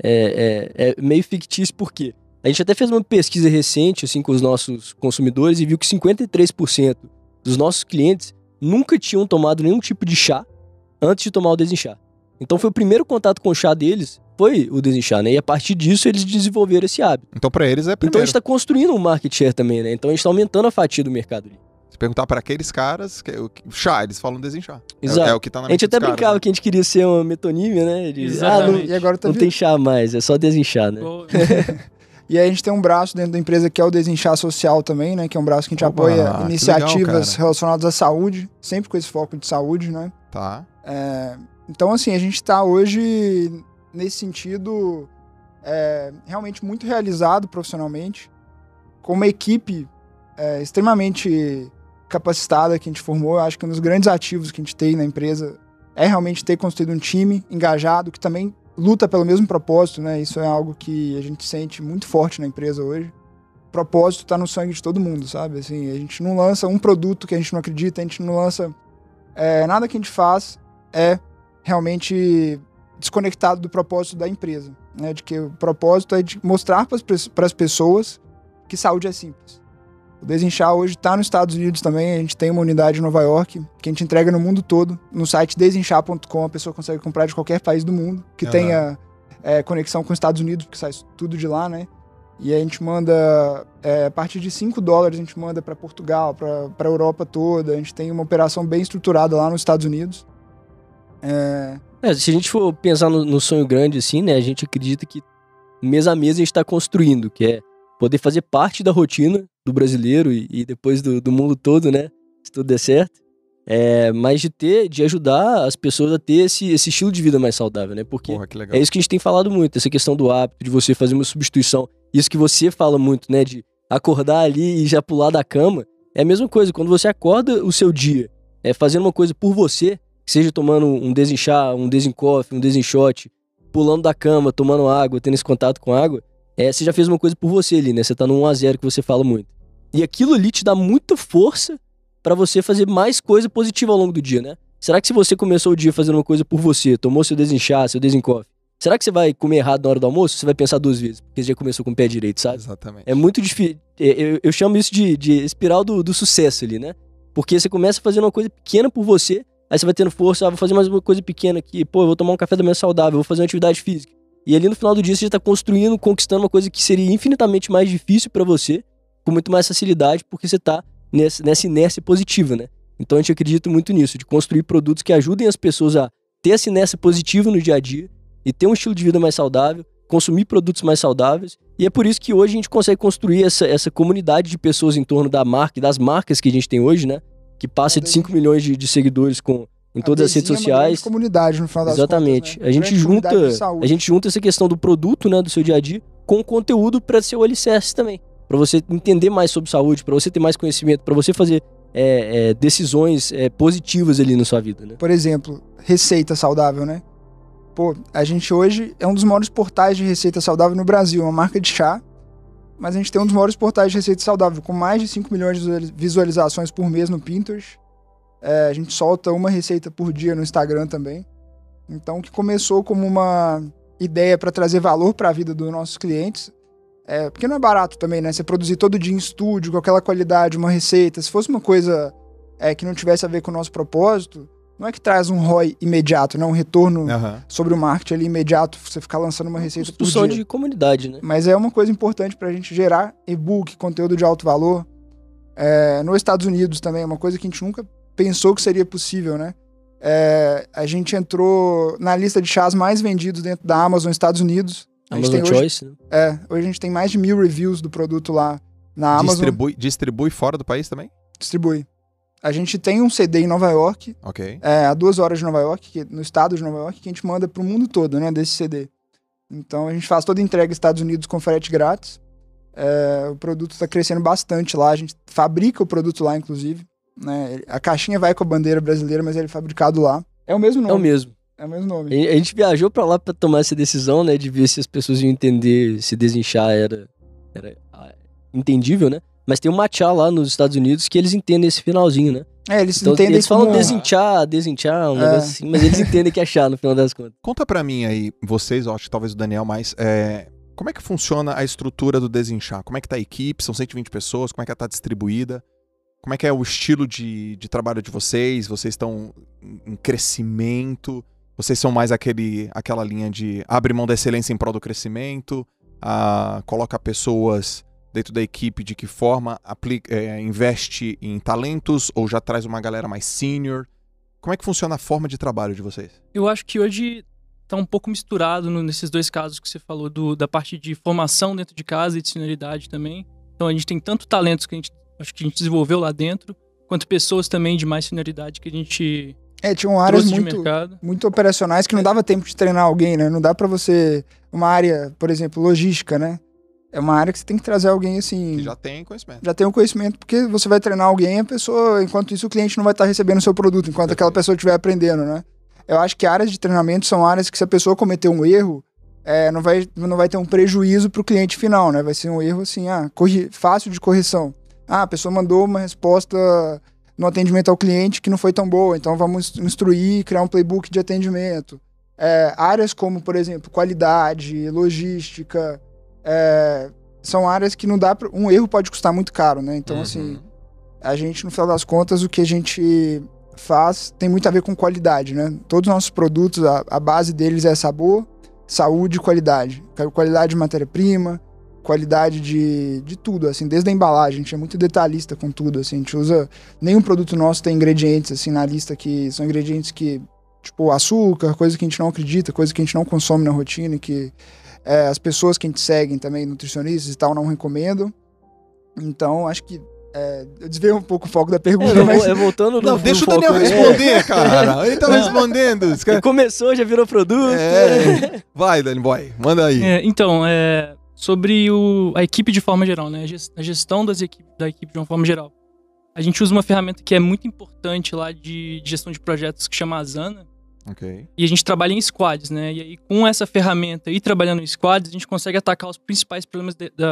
meio fictício, por quê? A gente até fez uma pesquisa recente, assim, com os nossos consumidores e viu que 53% dos nossos clientes nunca tinham tomado nenhum tipo de chá antes de tomar o Desinchar. Então foi o primeiro contato com o chá deles, foi o Desinchar, né? E a partir disso eles desenvolveram esse hábito. Então pra eles é primeiro. Então a gente tá construindo um market share também, né? Então a gente tá aumentando a fatia do mercado ali. Se perguntar pra aqueles caras, chá, eles falam Desinchar. Exato. É o que tá na mente. A gente até dos brincava, caras, que a gente queria ser uma metonímia, né? Exatamente. E agora tá não tem chá mais, é só Desinchar, né? E aí a gente tem um braço dentro da empresa que é o Desinchar Social também, né? Que é um braço que a gente apoia iniciativas relacionadas à saúde, sempre com esse foco de saúde, né? Tá. Então, assim, a gente tá hoje, nesse sentido, realmente muito realizado profissionalmente, com uma equipe extremamente capacitada que a gente formou. Eu acho que um dos grandes ativos que a gente tem na empresa é realmente ter construído um time engajado, que também luta pelo mesmo propósito, né? Isso é algo que a gente sente muito forte na empresa hoje. O propósito tá no sangue de todo mundo, sabe? Assim, a gente não lança um produto que a gente não acredita, a gente não lança... nada que a gente faz é realmente desconectado do propósito da empresa, né? De que o propósito é de mostrar para as pessoas que saúde é simples. O Desinchar hoje está nos Estados Unidos também, a gente tem uma unidade em Nova York, que a gente entrega no mundo todo. No site desinchar.com a pessoa consegue comprar de qualquer país do mundo, que tenha conexão com os Estados Unidos, porque sai tudo de lá, né? E a gente manda, a partir de $5, a gente manda para Portugal, para a Europa toda. A gente tem uma operação bem estruturada lá nos Estados Unidos. Se a gente for pensar no sonho grande, assim, né? A gente acredita que mês a mês a gente está construindo, que é poder fazer parte da rotina do brasileiro e depois do mundo todo, né? Se tudo der certo. Mas de ajudar as pessoas a ter esse estilo de vida mais saudável, né? Porque é isso que a gente tem falado muito, essa questão do hábito, de você fazer uma substituição. Isso que você fala muito, né? De acordar ali e já pular da cama. É a mesma coisa, quando você acorda o seu dia, fazendo uma coisa por você, seja tomando um desinchar, um desincoffee, um desinshot, pulando da cama, tomando água, tendo esse contato com água, você já fez uma coisa por você ali, né? Você tá no 1-0 que você fala muito. E aquilo ali te dá muita força pra você fazer mais coisa positiva ao longo do dia, né? Será que se você começou o dia fazendo uma coisa por você, tomou seu desinchar, seu desincoffee, será que você vai comer errado na hora do almoço? Você vai pensar 2 vezes, porque você já começou com o pé direito, sabe? Exatamente. É muito difícil. Eu chamo isso de espiral do sucesso ali, né? Porque você começa fazendo uma coisa pequena por você, aí você vai tendo força, vou fazer mais uma coisa pequena aqui, eu vou tomar um café da manhã saudável, vou fazer uma atividade física. E ali no final do dia você já tá construindo, conquistando uma coisa que seria infinitamente mais difícil pra você, com muito mais facilidade, porque você tá nessa inércia positiva, né? Então a gente acredita muito nisso, de construir produtos que ajudem as pessoas a ter essa inércia positiva no dia a dia e ter um estilo de vida mais saudável, consumir produtos mais saudáveis. E é por isso que hoje a gente consegue construir essa comunidade de pessoas em torno da marca e das marcas que a gente tem hoje, né? Que passa de 5 milhões de seguidores em todas as redes sociais. Comunidade, no final das Exatamente. Contas, né? A gente junta essa questão do produto, né, do seu dia a dia, com o conteúdo para ser o alicerce também. Para você entender mais sobre saúde, para você ter mais conhecimento, para você fazer decisões positivas ali na sua vida, né? Por exemplo, receita saudável, né? A gente hoje é um dos maiores portais de receita saudável no Brasil, uma marca de chá, mas a gente tem um dos maiores portais de receita saudável, com mais de 5 milhões de visualizações por mês no Pinterest. A gente solta uma receita por dia no Instagram também. Então, o que começou como uma ideia para trazer valor para a vida dos nossos clientes, porque não é barato também, né? Você produzir todo dia em estúdio, com aquela qualidade, uma receita. Se fosse uma coisa que não tivesse a ver com o nosso propósito, não é que traz um ROI imediato, né? Um retorno sobre o marketing ali imediato, você ficar lançando uma receita por dia. Construção de comunidade, né? Mas é uma coisa importante pra gente gerar e-book, conteúdo de alto valor. Nos Estados Unidos também, é uma coisa que a gente nunca pensou que seria possível, né? A gente entrou na lista de chás mais vendidos dentro da Amazon Estados Unidos. Amazon Choice, né? Hoje a gente tem mais de 1.000 reviews do produto lá na Amazon. Distribui fora do país também? Distribui. A gente tem um CD em Nova York, a 2 horas de Nova York, no estado de Nova York, que a gente manda pro mundo todo, né, desse CD. Então a gente faz toda a entrega nos Estados Unidos com frete grátis. O produto está crescendo bastante lá, a gente fabrica o produto lá, inclusive. Né? A caixinha vai com a bandeira brasileira, mas ele é fabricado lá. É o mesmo nome. É o mesmo. É o mesmo nome. A gente viajou pra lá pra tomar essa decisão, né, de ver se as pessoas iam entender se desinchar era entendível, né? Mas tem um matcha lá nos Estados Unidos que eles entendem esse finalzinho, né? Eles entendem. Eles falam desinchar, um negócio assim, mas eles entendem que é chá no final das contas. Conta pra mim aí, vocês, eu acho que talvez o Daniel mais, como é que funciona a estrutura do desinchar? Como é que tá a equipe? São 120 pessoas? Como é que ela tá distribuída? Como é que é o estilo de trabalho de vocês? Vocês estão em crescimento? Vocês são mais aquela linha de abre mão da excelência em prol do crescimento? Coloca pessoas dentro da equipe, de que forma investe em talentos ou já traz uma galera mais senior? Como é que funciona a forma de trabalho de vocês? Eu acho que hoje tá um pouco misturado nesses dois casos que você falou, da parte de formação dentro de casa e de senioridade também. Então a gente tem tanto talentos que acho que a gente desenvolveu lá dentro, quanto pessoas também de mais senioridade que a gente tinham áreas muito operacionais que não dava tempo de treinar alguém, né? Não dá pra você... Uma área, por exemplo, logística, né? É uma área que você tem que trazer alguém assim... Que já tem conhecimento. Já tem um conhecimento, porque você vai treinar alguém, a pessoa, enquanto isso, o cliente não vai estar recebendo o seu produto, enquanto aquela pessoa estiver aprendendo, né? Eu acho que áreas de treinamento são áreas que, se a pessoa cometer um erro, não vai ter um prejuízo pro cliente final, né? Vai ser um erro assim, fácil de correção. A pessoa mandou uma resposta no atendimento ao cliente que não foi tão boa, então vamos instruir, criar um playbook de atendimento. Áreas como, por exemplo, qualidade, logística... são áreas que não dá pra... Um erro pode custar muito caro, né? Então, assim, a gente, no final das contas, o que a gente faz tem muito a ver com qualidade, né? Todos os nossos produtos, a base deles é sabor, saúde e qualidade. Qualidade de matéria-prima, qualidade de tudo, assim, desde a embalagem. A gente é muito detalhista com tudo, assim. A gente usa... Nenhum produto nosso tem ingredientes, assim, na lista que são ingredientes que... Tipo, açúcar, coisa que a gente não acredita, coisa que a gente não consome na rotina e que... as pessoas que a gente segue também, nutricionistas e tal, não recomendam. Então, acho que eu desviei um pouco o foco da pergunta, mas... Voltando Não, deixa o Daniel responder, cara. Ele tá respondendo. Começou, já virou produto. Vai, Dani Boy, manda aí. Então, sobre a equipe de forma geral, né? A gestão da equipe de uma forma geral. A gente usa uma ferramenta que é muito importante lá de gestão de projetos que chama Asana. Ok. E a gente trabalha em squads, né? E aí, com essa ferramenta e trabalhando em squads, a gente consegue atacar os principais problemas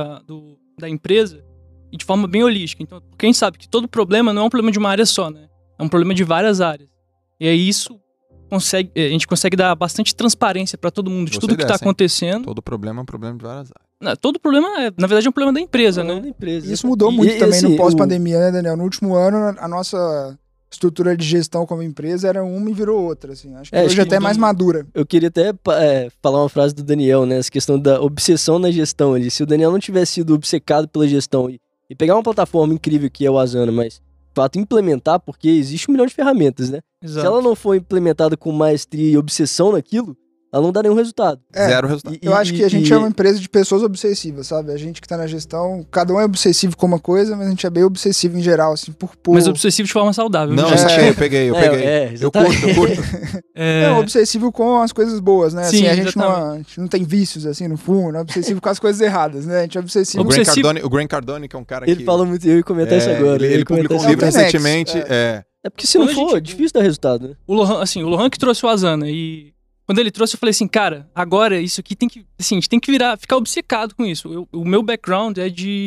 da empresa e de forma bem holística. Então, porque a gente sabe que todo problema não é um problema de uma área só, né? É um problema de várias áreas. E aí, a gente consegue dar bastante transparência para todo mundo de tudo que está acontecendo. Todo problema é um problema de várias áreas. Não, todo problema, na verdade, é um problema da empresa, né? Da empresa. Isso mudou muito também no pós-pandemia, né, Daniel? No último ano, a nossa estrutura de gestão como empresa era uma e virou outra, assim. Acho que hoje até é mais madura. Eu queria até falar uma frase do Daniel, né? Essa questão da obsessão na gestão ali. Se o Daniel não tivesse sido obcecado pela gestão e pegar uma plataforma incrível que é o Asana, mas de fato implementar, porque existe 1 milhão de ferramentas, né? Exato. Se ela não for implementada com maestria e obsessão naquilo, ela não dá nenhum resultado. Zero resultado. Eu acho que a gente é uma empresa de pessoas obsessivas, sabe? A gente que tá na gestão, cada um é obsessivo com uma coisa, mas a gente é bem obsessivo em geral, assim, por... Mas obsessivo de forma saudável. Não, eu peguei. Eu curto. É obsessivo com as coisas boas, né? Sim, assim, a gente não tem vícios, assim, no fundo, não é obsessivo com as coisas erradas, né? A gente é obsessivo... O Grant Cardone, que é um cara que... Ele fala muito, eu ia comentar isso agora. Ele publicou um livro recentemente. É porque se não for, é difícil dar resultado, né? O Lohan que trouxe o Asana e... Quando ele trouxe, eu falei assim, cara, agora isso aqui tem que... Assim, a gente tem que ficar obcecado com isso. O meu background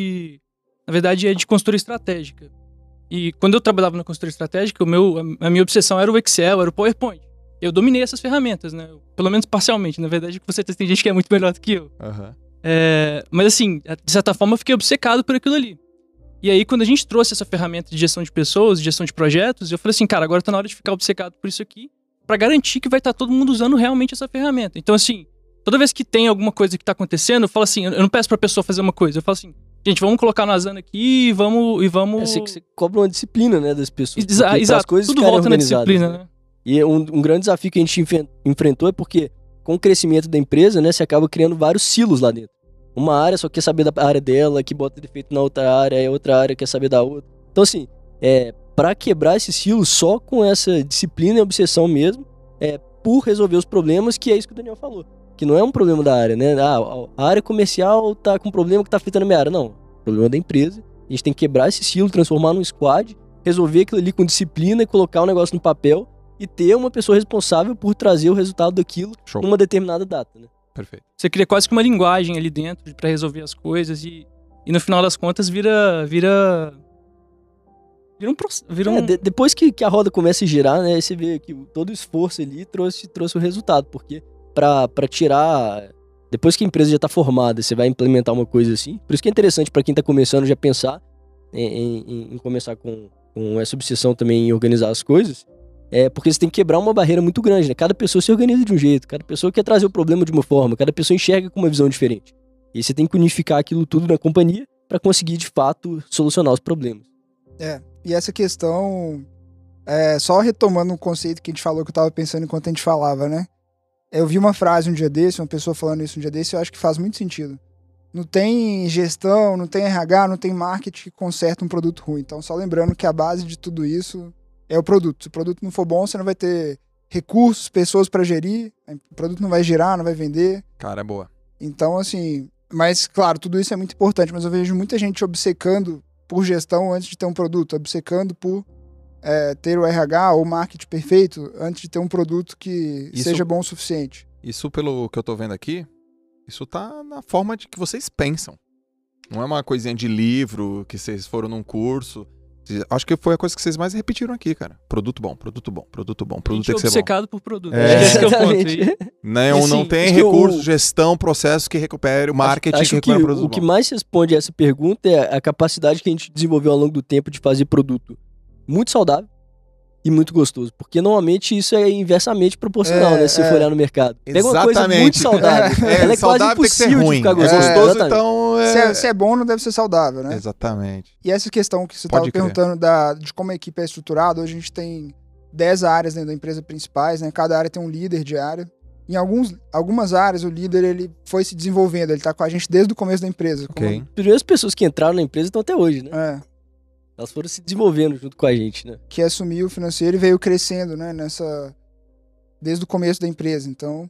na verdade, é de consultoria estratégica. E quando eu trabalhava na consultoria estratégica, a minha obsessão era o Excel, era o PowerPoint. Eu dominei essas ferramentas, né? Pelo menos parcialmente. Na verdade, com certeza tem gente que é muito melhor do que eu. Uhum. Mas assim, de certa forma, eu fiquei obcecado por aquilo ali. E aí, quando a gente trouxe essa ferramenta de gestão de pessoas, de gestão de projetos, eu falei assim, cara, agora tá na hora de ficar obcecado por isso aqui, para garantir que vai estar todo mundo usando realmente essa ferramenta. Então, assim, toda vez que tem alguma coisa que tá acontecendo, eu falo assim, eu não peço pra pessoa fazer uma coisa, eu falo assim, gente, vamos colocar no Asana aqui e vamos... Você cobra uma disciplina, né, das pessoas. Exato, as coisas tudo volta na né? disciplina, né? E um grande desafio que a gente enfrentou é porque, com o crescimento da empresa, né, você acaba criando vários silos lá dentro. Uma área só quer saber da área dela, que bota defeito na outra área, e a outra área quer saber da outra. Então, assim, pra quebrar esse silo, só com essa disciplina e obsessão mesmo, por resolver os problemas, que é isso que o Daniel falou. Que não é um problema da área, né? A área comercial tá com um problema que tá afetando a minha área. Não, o problema é da empresa. A gente tem que quebrar esse silo, transformar num squad, resolver aquilo ali com disciplina, colocar o negócio no papel e ter uma pessoa responsável por trazer o resultado daquilo numa determinada data, né? Perfeito. Você cria quase que uma linguagem ali dentro pra resolver as coisas e no final das contas vira um... Depois que a roda começa a girar, né, você vê que todo o esforço ali trouxe o resultado, porque pra tirar... Depois que a empresa já tá formada, você vai implementar uma coisa assim, por isso que é interessante pra quem tá começando já pensar em começar com essa obsessão também em organizar as coisas, porque você tem que quebrar uma barreira muito grande, né? Cada pessoa se organiza de um jeito, cada pessoa quer trazer o problema de uma forma, cada pessoa enxerga com uma visão diferente. E você tem que unificar aquilo tudo na companhia pra conseguir, de fato, solucionar os problemas. E essa questão, só retomando um conceito que a gente falou, que eu tava pensando enquanto a gente falava, né? Eu vi uma frase um dia desse, uma pessoa falando isso um dia desse, eu acho que faz muito sentido. Não tem gestão, não tem RH, não tem marketing que conserta um produto ruim. Então, só lembrando que a base de tudo isso é o produto. Se o produto não for bom, você não vai ter recursos, pessoas para gerir, o produto não vai girar, não vai vender. Cara, é boa. Então, assim... Mas, claro, tudo isso é muito importante, mas eu vejo muita gente obcecando por gestão antes de ter um produto, obcecando por ter o RH ou o marketing perfeito antes de ter um produto que seja bom o suficiente. Isso, pelo que eu tô vendo aqui, isso tá na forma de que vocês pensam. Não é uma coisinha de livro que vocês foram num curso. Acho que foi a coisa que vocês mais repetiram aqui, cara. Produto bom, produto bom, produto bom, produto tem que ser bom. Obcecado por produto. Esse que é o ponto. Não tem recurso, gestão, processo que recupere, o marketing que recupere o produto bom. O que mais responde a essa pergunta é a capacidade que a gente desenvolveu ao longo do tempo de fazer produto muito saudável e muito gostoso. Porque normalmente isso é inversamente proporcional, né? Se você for olhar no mercado. Pega uma coisa muito saudável. Ela é quase impossível de ficar gostoso. Então, se é bom, não deve ser saudável, né? Exatamente. E essa questão que você estava perguntando de como a equipe é estruturada, hoje a gente tem 10 áreas dentro da empresa principais, né? Cada área tem um líder de área. Em algumas áreas, o líder ele foi se desenvolvendo, ele tá com a gente desde o começo da empresa. Ok. As primeiras pessoas que entraram na empresa estão até hoje, né? É, Elas foram se desenvolvendo junto com a gente, né? que assumiu o financeiro e veio crescendo, né, desde o começo da empresa. Então,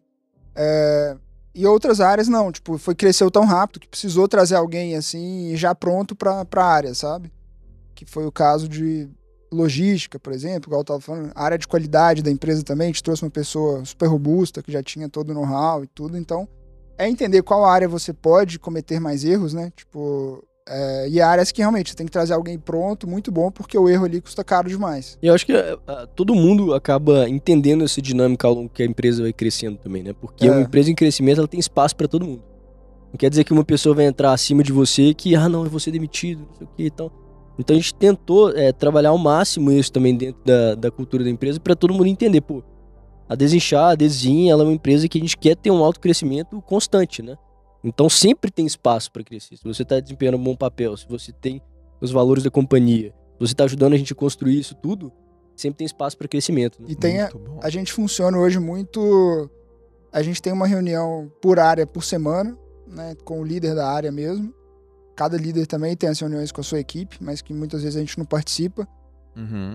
e outras áreas não, tipo, cresceu tão rápido que precisou trazer alguém assim já pronto pra área, sabe? Que foi o caso de logística, por exemplo, igual eu tava falando, a área de qualidade da empresa também, a gente trouxe uma pessoa super robusta, que já tinha todo o know-how e tudo, então é entender qual área você pode cometer mais erros, né, tipo, e áreas que realmente você tem que trazer alguém pronto, muito bom, porque o erro ali custa caro demais. E eu acho que todo mundo acaba entendendo essa dinâmica ao longo que a empresa vai crescendo também, né? Porque uma empresa em crescimento, ela tem espaço pra todo mundo. Não quer dizer que uma pessoa vai entrar acima de você que, não, eu vou ser demitido, não sei o que e tal. Então a gente tentou trabalhar ao máximo isso também dentro da cultura da empresa pra todo mundo entender, pô, a Desinchar, a Desin, ela é uma empresa que a gente quer ter um alto crescimento constante, né? Então sempre tem espaço para crescer. Se você está desempenhando um bom papel, se você tem os valores da companhia, se você está ajudando a gente a construir isso tudo, sempre tem espaço para crescimento. Né? E a gente funciona hoje muito... A gente tem uma reunião por área por semana, né, com o líder da área mesmo. Cada líder também tem as reuniões com a sua equipe, mas que muitas vezes a gente não participa. Uhum.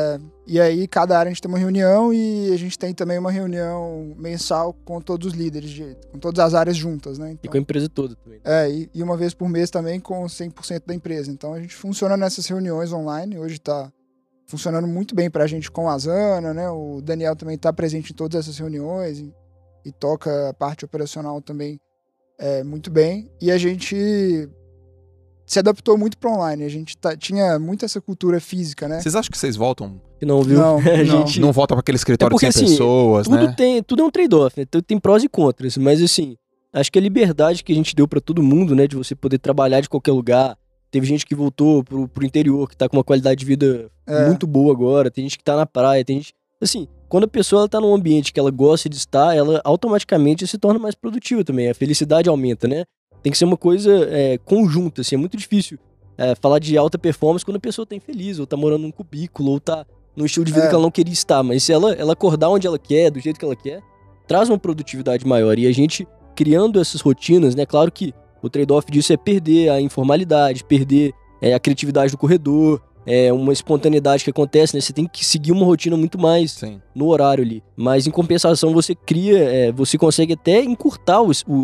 E aí, cada área a gente tem uma reunião e a gente tem também uma reunião mensal com todos os líderes, com todas as áreas juntas, né? Então, e com a empresa toda também. E uma vez por mês também com 100% da empresa. Então, a gente funciona nessas reuniões online. Hoje tá funcionando muito bem pra gente com a Asana, né? O Daniel também tá presente em todas essas reuniões e toca a parte operacional também muito bem. E a gente se adaptou muito para online. A gente tinha muito essa cultura física, né? Vocês acham que vocês voltam? Não, viu? Não, a gente não volta para aquele escritório porque, de 100 pessoas, tudo né? Tudo é um trade-off, né? Tem prós e contras, mas assim, acho que a liberdade que a gente deu para todo mundo, né, de você poder trabalhar de qualquer lugar. Teve gente que voltou pro interior, que tá com uma qualidade de vida muito boa agora, tem gente que tá na praia, tem gente... Assim, quando a pessoa ela tá num ambiente que ela gosta de estar, ela automaticamente se torna mais produtiva também, a felicidade aumenta, né? Tem que ser uma coisa conjunta, assim, é muito difícil falar de alta performance quando a pessoa tá infeliz, ou tá morando num cubículo, ou tá num estilo de vida que ela não queria estar, mas se ela acordar onde ela quer, do jeito que ela quer, traz uma produtividade maior, e a gente criando essas rotinas, né, claro que o trade-off disso é perder a informalidade, perder a criatividade do corredor, uma espontaneidade que acontece, né? Você tem que seguir uma rotina muito mais no horário ali. Mas, em compensação, você cria... você consegue até encurtar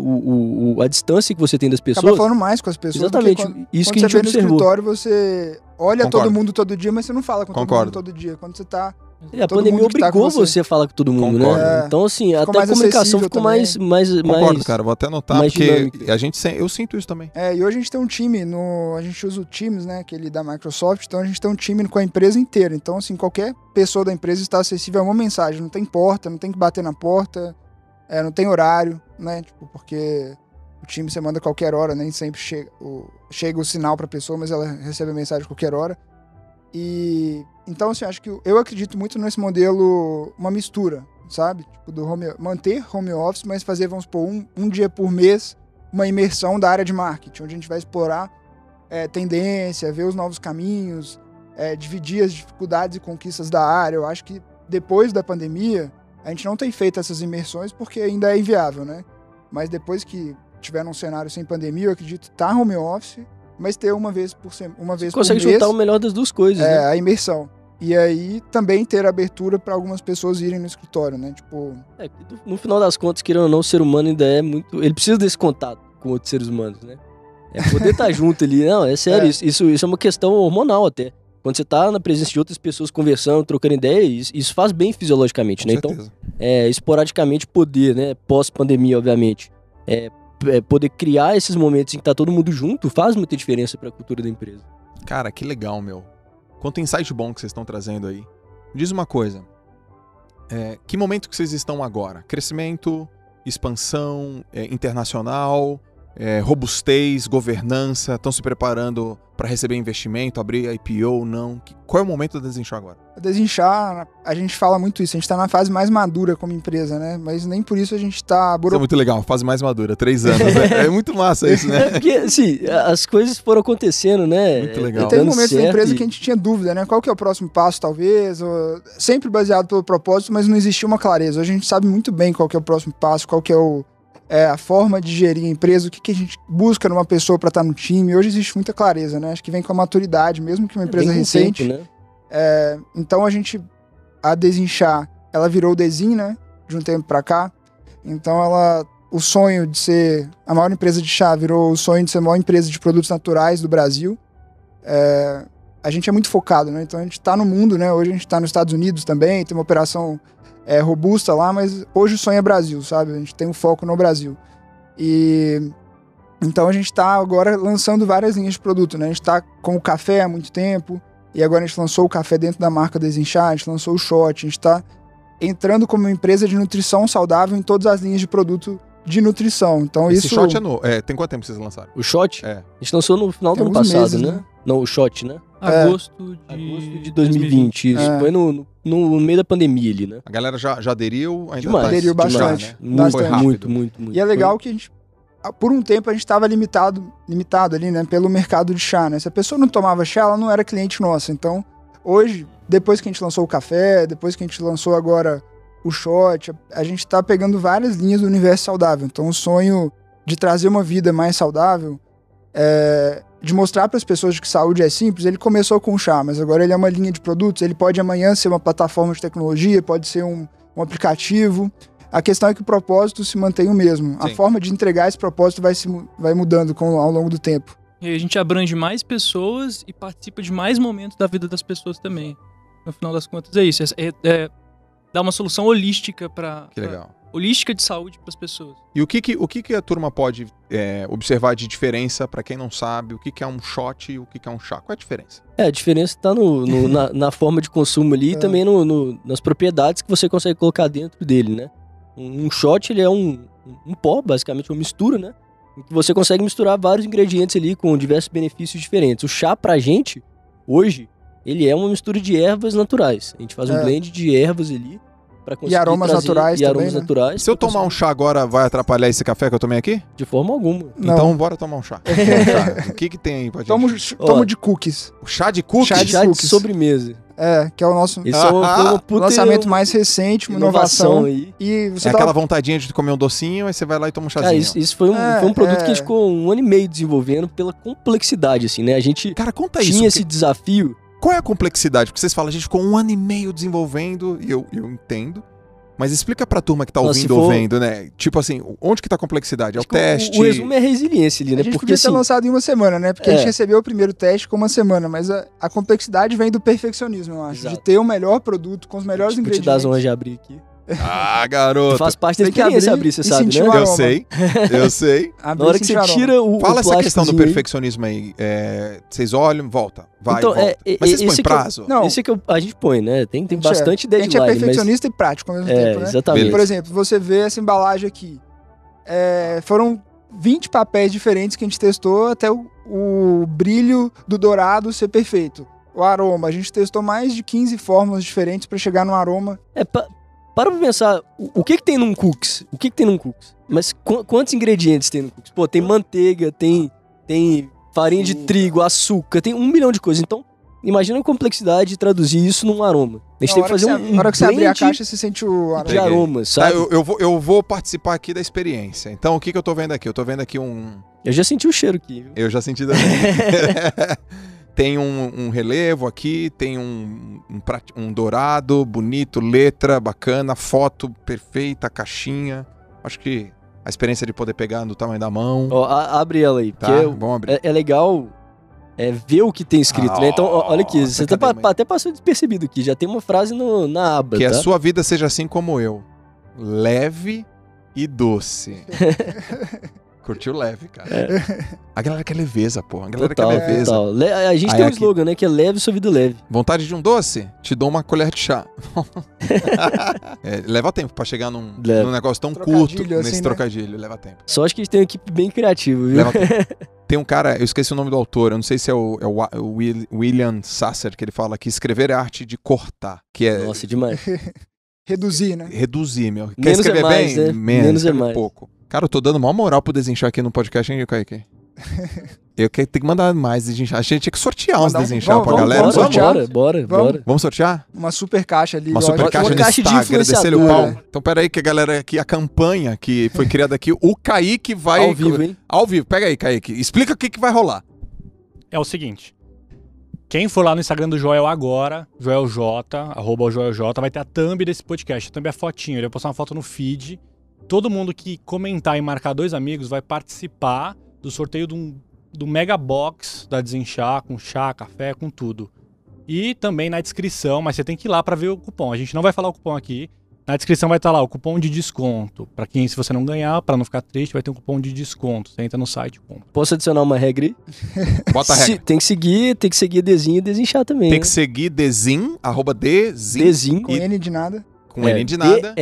a distância que você tem das pessoas. Acaba falando mais com as pessoas. Exatamente. Isso que a gente observou. Quando você vem no escritório, você olha todo mundo todo dia, mas você não fala com todo mundo todo dia. Quando você tá... a pandemia obrigou você a falar com todo mundo, né? Então, assim, até a comunicação ficou mais... Concordo, cara. Vou até anotar, porque eu sinto isso também. E hoje a gente tem um time, a gente usa o Teams, né, aquele da Microsoft, então a gente tem um time com a empresa inteira. Então, assim, qualquer pessoa da empresa está acessível a uma mensagem. Não tem porta, não tem que bater na porta, não tem horário, né, tipo, porque o time você manda a qualquer hora, nem sempre chega o sinal para a pessoa, mas ela recebe a mensagem a qualquer hora. E então, assim, acho que eu acredito muito nesse modelo, uma mistura, sabe? Tipo, manter home office, mas fazer, vamos supor, um dia por mês, uma imersão da área de marketing, onde a gente vai explorar tendência, ver os novos caminhos, dividir as dificuldades e conquistas da área. Eu acho que depois da pandemia, a gente não tem feito essas imersões porque ainda é inviável, né? Mas depois que tiver num cenário sem pandemia, eu acredito home office, mas ter uma vez por mês. Consegue juntar o melhor das duas coisas, né? A imersão. E aí também ter abertura para algumas pessoas irem no escritório, né? Tipo... no final das contas, querendo ou não, o ser humano ainda é muito... Ele precisa desse contato com outros seres humanos, né? Poder estar junto ali. Não, é sério. Isso é uma questão hormonal até. Quando você tá na presença de outras pessoas conversando, trocando ideias, isso faz bem fisiologicamente, né? Certeza. Então, esporadicamente poder, né? Pós-pandemia, obviamente, poder criar esses momentos em que tá todo mundo junto faz muita diferença para a cultura da empresa. Cara, que legal, meu. Quanto insight bom que vocês estão trazendo aí. Me diz uma coisa. Que momento que vocês estão agora? Crescimento, expansão internacional, robustez, governança? Estão se preparando pra receber investimento, abrir IPO, não? Qual é o momento da Desinchar agora? A Desinchar, a gente fala muito isso, a gente tá na fase mais madura como empresa, né? Mas nem por isso a gente tá... Isso é muito legal, uma fase mais madura, 3 anos, né? É muito massa isso, né? Porque, assim, as coisas foram acontecendo, né? Muito legal. E teve Dando momentos da certo empresa que a gente tinha dúvida, né? Qual que é o próximo passo, talvez? Sempre baseado pelo propósito, mas não existia uma clareza. Hoje a gente sabe muito bem qual que é o próximo passo, qual que é a forma de gerir a empresa, o que a gente busca numa pessoa para estar no time. Hoje existe muita clareza, né? Acho que vem com a maturidade, mesmo que uma empresa bem com o recente. tempo, né? Então a Desinchar, ela virou o Desin, né? De um tempo pra cá. Então o sonho de ser a maior empresa de chá virou o sonho de ser a maior empresa de produtos naturais do Brasil. A gente é muito focado, né? Então a gente tá no mundo, né? Hoje a gente tá nos Estados Unidos também, tem uma operação robusta lá, mas hoje o sonho é Brasil, sabe? A gente tem um foco no Brasil. E então a gente tá agora lançando várias linhas de produto, né? A gente tá com o café há muito tempo, e agora a gente lançou o café dentro da marca Desinchar, a gente lançou o shot, a gente tá entrando como uma empresa de nutrição saudável em todas as linhas de produto de nutrição. Então Esse isso... shot é novo. Tem quanto tempo que vocês lançaram? O shot? É. A gente lançou no final do Tem ano alguns passado, meses, né? né? Não, o shot, né? Agosto De 2020, isso. É. Foi no meio da pandemia ali, né? A galera já aderiu? Ainda Demais. tá Aderiu demais, bastante. né? Muito, Foi rápido. muito. E é legal que a gente, por um tempo, a gente estava limitado ali, né, pelo mercado de chá, né? Se a pessoa não tomava chá, ela não era cliente nossa. Então, hoje, depois que a gente lançou o café, depois que a gente lançou agora o shot, a gente tá pegando várias linhas do universo saudável. Então, o sonho de trazer uma vida mais saudável, de mostrar para as pessoas que saúde é simples, ele começou com o chá, mas agora ele é uma linha de produtos, ele pode amanhã ser uma plataforma de tecnologia, pode ser um aplicativo. A questão é que o propósito se mantém o mesmo. Sim. A forma de entregar esse propósito vai mudando ao longo do tempo. E aí a gente abrange mais pessoas e participa de mais momentos da vida das pessoas também. No final das contas é isso, dar uma solução holística Que legal. holística de saúde para as pessoas. E o que a turma pode observar de diferença para quem não sabe? O que é um shot e o que é um chá? Qual é a diferença? A diferença tá na forma de consumo ali e também nas propriedades que você consegue colocar dentro dele, né? Um shot, ele é um pó, basicamente uma mistura, né? Em que você consegue misturar vários ingredientes ali com diversos benefícios diferentes. O chá, pra gente, hoje, ele é uma mistura de ervas naturais. A gente faz um blend de ervas ali pra conseguir aromas trazer, naturais e aromas também, né? naturais. Se eu tomar um chá agora, vai atrapalhar esse café que eu tomei aqui? De forma alguma. Não. Então bora tomar um chá. O que tem aí pra gente? Tomo de cookies. O chá de cookies? Chá de Chá de cookies. sobremesa. Que é o nosso Isso foi uma puta lançamento mais recente, uma inovação. aí. E você É aquela vontadinha de comer um docinho, aí você vai lá e toma um chazinho. Cara, isso foi um produto que a gente ficou 1 ano e meio desenvolvendo pela complexidade, assim, né? A gente Cara, conta isso. tinha esse desafio. Qual é a complexidade? Porque vocês falam, a gente ficou 1 ano e meio desenvolvendo, e eu entendo. Mas explica pra turma que tá ouvindo ou vendo, né? Tipo assim, onde que tá a complexidade? É o teste? O resumo é a resiliência ali, né? A gente Porque podia ter assim, lançado em 1 semana, né? Porque a gente recebeu o primeiro teste com 1 semana, mas a complexidade vem do perfeccionismo, eu acho. Exato. De ter o melhor produto com os melhores vou te ingredientes. dar as honras de abrir aqui. Ah, garoto. Faz parte da Tem que experiência abrir abrir, você e sabe, sentir né? o Eu aroma. sei. Abrir Na hora e que sentir você aroma. tira o Fala essa questão do plásticozinho aí. perfeccionismo aí. Vocês olham, volta. Vai, Então, volta. Mas vocês põem esse que prazo? Não. Esse é que a gente põe, né? Tem A gente bastante A gente é deadline, perfeccionista e prático ao mesmo tempo, né? exatamente. Por exemplo, você vê essa embalagem aqui. Foram 20 papéis diferentes que a gente testou até o brilho do dourado ser perfeito. O aroma, a gente testou mais de 15 fórmulas diferentes para chegar no aroma. Para pra pensar, o que tem num cookies? O que tem num cookies? Mas quantos ingredientes tem no cookies? Pô, tem manteiga, tem farinha de trigo, açúcar, tem 1 milhão de coisas. Então, imagina a complexidade de traduzir isso num aroma. A gente tem que fazer Na hora que você abrir a blend caixa, você sente o aroma. de aromas, Tá, sabe? eu vou participar aqui da experiência. Então, o que eu tô vendo aqui? Eu tô vendo aqui Eu já senti o cheiro aqui. Viu? Eu já senti também. Tem um relevo aqui, tem um dourado, bonito, letra bacana, foto perfeita, caixinha. Acho que a experiência de poder pegar no tamanho da mão. Ó, abre ela aí, Tá, porque vamos abrir. é legal ver o que tem escrito, né? Então, olha aqui, você até passou despercebido aqui, já tem uma frase na aba, Que tá? a sua vida seja assim como eu, leve e doce. Curtiu leve, cara. A galera quer leveza, pô. A galera quer leveza. Total. A gente Aí tem um aqui- slogan, né? Que é leve sua vida leve. Vontade de um doce? Te dou uma colher de chá. Leva tempo pra chegar num negócio tão curto Trocadilho, assim, nesse né? trocadilho. Leva tempo. Só acho que a gente tem uma equipe bem criativa, viu? Leva tempo. Tem um cara, eu esqueci o nome do autor, eu não sei se é o William Sasser, que ele fala que escrever é arte de cortar. Que é Nossa, demais. Reduzir, né? reduzir, meu. Quer Menos escrever é mais, bem? né? Menos, Menos é escreve mais. pouco. Cara, eu tô dando maior moral pro Desinchar aqui no podcast, hein, Kaique? Eu tenho que mandar mais Desinchar. A gente tinha que sortear uns Mandar um- Desinchar pra vamos, galera. vamos sortear? Bora. Vamos sortear? Uma super caixa ali. Uma ó, super caixa uma no caixa de Instagram, descer o influenciador. pau. Então, pera aí que a galera aqui, a campanha que foi criada aqui, o Kaique vai... Ao vivo, hein? Ao vivo. Pega aí, Kaique. Explica o que vai rolar. É o seguinte. Quem for lá no Instagram do Joel agora, @joelj, vai ter a thumb desse podcast. A thumb é a fotinho. Ele vai postar uma foto no feed. Todo mundo que comentar e marcar 2 amigos vai participar do sorteio do Mega Box da Desinchar, com chá, café, com tudo. E também na descrição, mas você tem que ir lá pra ver o cupom. A gente não vai falar o cupom aqui. Na descrição vai estar lá o cupom de desconto. Pra quem, se você não ganhar, pra não ficar triste, vai ter um cupom de desconto. Você entra no site e compra. Posso adicionar uma regra aí? Bota a regra. Tem que seguir Dezinho e Desinchar também. Tem né? que seguir Dezin, @Dezin. Dezinho. Com N de nada. Com N de nada.